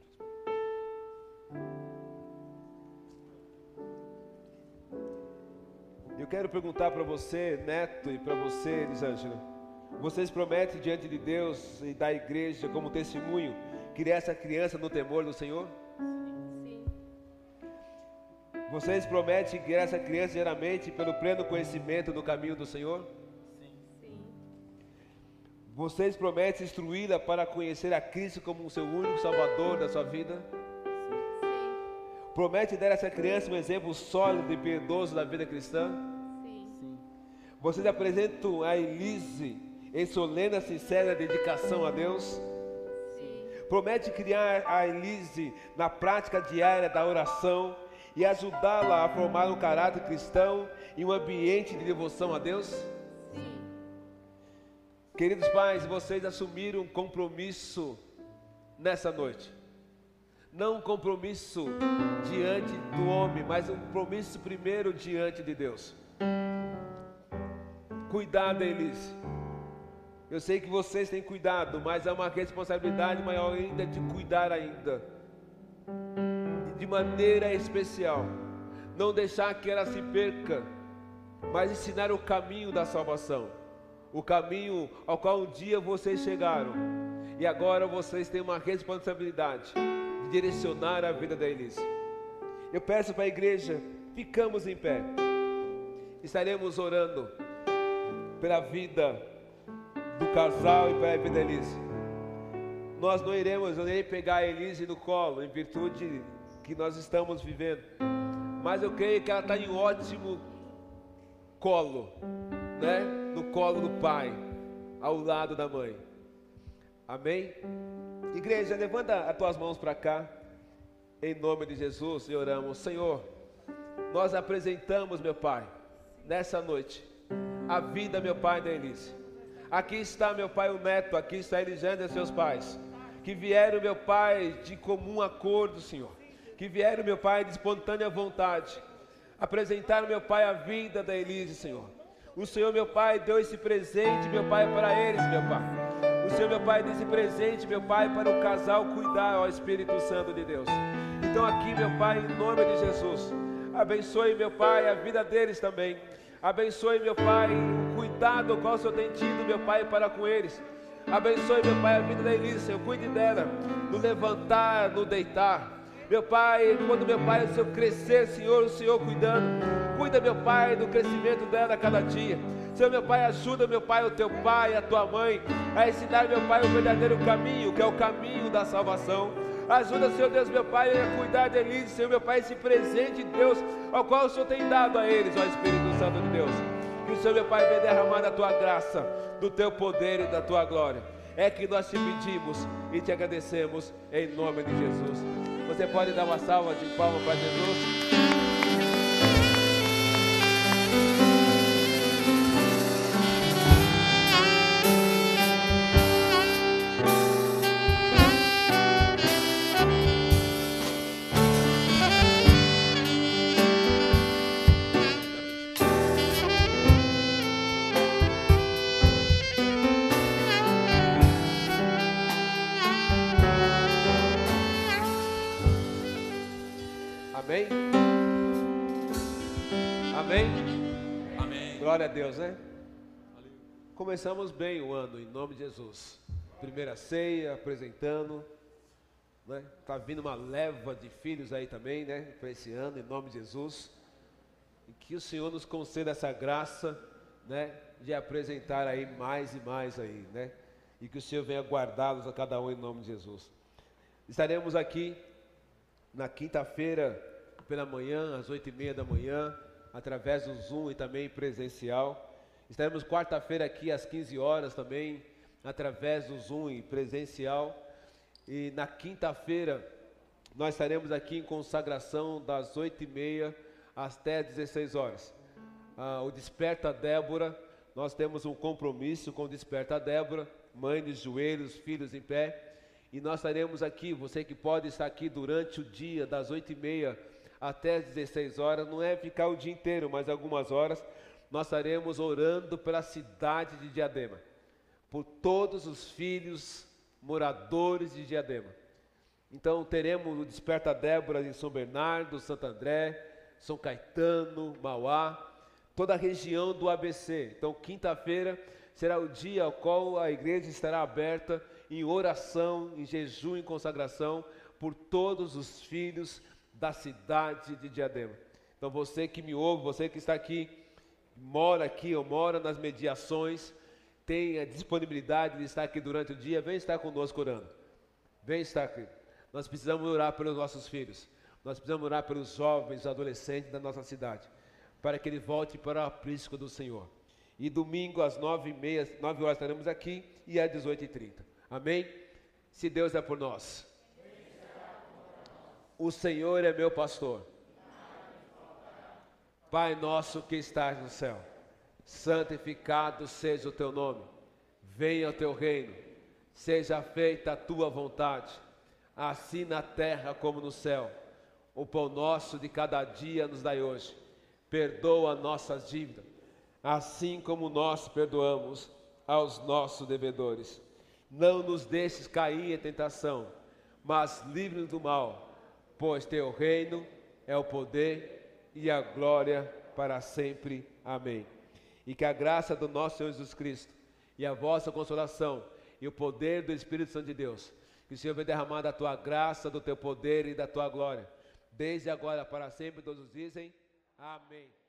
Eu quero perguntar para você, neto, e para você, Elisângela, vocês prometem diante de Deus e da igreja como testemunho criar essa criança no temor do Senhor? Sim. Vocês prometem criar essa criança geralmente pelo pleno conhecimento do caminho do Senhor? Sim. Vocês prometem instruí-la para conhecer a Cristo como o seu único Salvador da sua vida? Sim. Promete dar a essa criança um exemplo sólido e piedoso da vida cristã? Sim. Vocês apresentam a Elise em solene e sincera dedicação a Deus? Sim. Promete criar a Elise na prática diária da oração e ajudá-la a formar um caráter cristão e um ambiente de devoção a Deus? Sim. Queridos pais, vocês assumiram um compromisso nessa noite. Não um compromisso diante do homem, mas um compromisso primeiro diante de Deus. Cuidado, Elise. Eu sei que vocês têm cuidado, mas há uma responsabilidade maior ainda de cuidar ainda. E de maneira especial, não deixar que ela se perca, mas ensinar o caminho da salvação. O caminho ao qual um dia vocês chegaram. E agora vocês têm uma responsabilidade de direcionar a vida da Elise. Eu peço para a igreja, ficamos em pé. Estaremos orando pela vida do casal e pela vida da Elise. Nós não iremos, eu irei pegar a Elise no colo, em virtude que nós estamos vivendo. Mas eu creio que ela está em ótimo colo, né? No colo do pai, ao lado da mãe. Amém? Igreja, levanta as tuas mãos para cá, em nome de Jesus, e oramos. Senhor, nós apresentamos, meu Pai, nessa noite, a vida, meu Pai, da Elise. Aqui está, meu Pai, o neto, aqui está a Elisângela e seus pais, que vieram, meu Pai, de comum acordo, Senhor, que vieram, meu Pai, de espontânea vontade, apresentaram, meu Pai, a vida da Elise, Senhor. O Senhor, meu Pai, deu esse presente, meu Pai, para eles, meu Pai. O Senhor, meu Pai, deu esse presente, meu Pai, para o casal cuidar, ó Espírito Santo de Deus. Então aqui, meu Pai, em nome de Jesus, abençoe, meu Pai, a vida deles também. Abençoe, meu Pai, o cuidado qual o Senhor tem tido, meu Pai, para com eles. Abençoe, meu Pai, a vida da Elisa, Senhor, cuide dela, no levantar, no deitar. Meu Pai, quando, meu Pai, o Senhor crescer, Senhor, o Senhor cuidando. Cuida, meu Pai, do crescimento dela a cada dia. Senhor, meu Pai, ajuda, meu Pai, o teu pai, a tua mãe, a ensinar, meu Pai, o verdadeiro caminho, que é o caminho da salvação. Ajuda, Senhor Deus, meu Pai, a cuidar de Elise, Senhor, meu Pai, esse presente de Deus, ao qual o Senhor tem dado a eles, ó Espírito Santo de Deus. Que o Senhor, meu Pai, venha derramar da tua graça, do teu poder e da tua glória. É que nós te pedimos e te agradecemos em nome de Jesus. Você pode dar uma salva de palmas para Jesus? Amém? Amém? Amém. Glória a Deus, né? Começamos bem o ano, em nome de Jesus. Primeira ceia, apresentando, né? Tá vindo uma leva de filhos aí também, né? Para esse ano, em nome de Jesus. E que o Senhor nos conceda essa graça, né? De apresentar aí mais e mais aí, né? E que o Senhor venha guardá-los a cada um em nome de Jesus. Estaremos aqui na quinta-feira, pela manhã, às oito e meia da manhã, através do Zoom e também presencial. Estaremos quarta-feira aqui às quinze horas também, através do Zoom e presencial. E na quinta-feira, nós estaremos aqui em consagração das oito e meia até às dezesseis horas. Ah, o Desperta Débora, nós temos um compromisso com o Desperta Débora, mãe de joelhos, filhos em pé. E nós estaremos aqui, você que pode estar aqui durante o dia, das oito e meia até as dezesseis horas, não é ficar o dia inteiro, mas algumas horas, nós estaremos orando pela cidade de Diadema, por todos os filhos moradores de Diadema. Então teremos o Desperta Débora em São Bernardo, Santo André, São Caetano, Mauá, toda a região do A B C. Então quinta-feira será o dia ao qual a igreja estará aberta em oração, em jejum, em consagração, por todos os filhos da cidade de Diadema. Então você que me ouve, você que está aqui, mora aqui ou mora nas mediações, tem a disponibilidade de estar aqui durante o dia, vem estar conosco orando. Vem estar aqui. Nós precisamos orar pelos nossos filhos. Nós precisamos orar pelos jovens, adolescentes da nossa cidade, para que ele volte para o aprisco do Senhor. E domingo às nove e meia, nove horas estaremos aqui e às dezoito e trinta. Amém? Se Deus é por nós. O Senhor é meu pastor. Pai nosso que estás no céu, santificado seja o teu nome. Venha o teu reino. Seja feita a tua vontade, assim na terra como no céu. O pão nosso de cada dia nos dai hoje. Perdoa nossas dívidas, assim como nós perdoamos aos nossos devedores. Não nos deixes cair em tentação, mas livre-nos do mal, pois teu reino é o poder e a glória para sempre. Amém. E que a graça do nosso Senhor Jesus Cristo e a vossa consolação e o poder do Espírito Santo de Deus, que o Senhor venha derramar da tua graça, do teu poder e da tua glória, desde agora para sempre, todos dizem amém.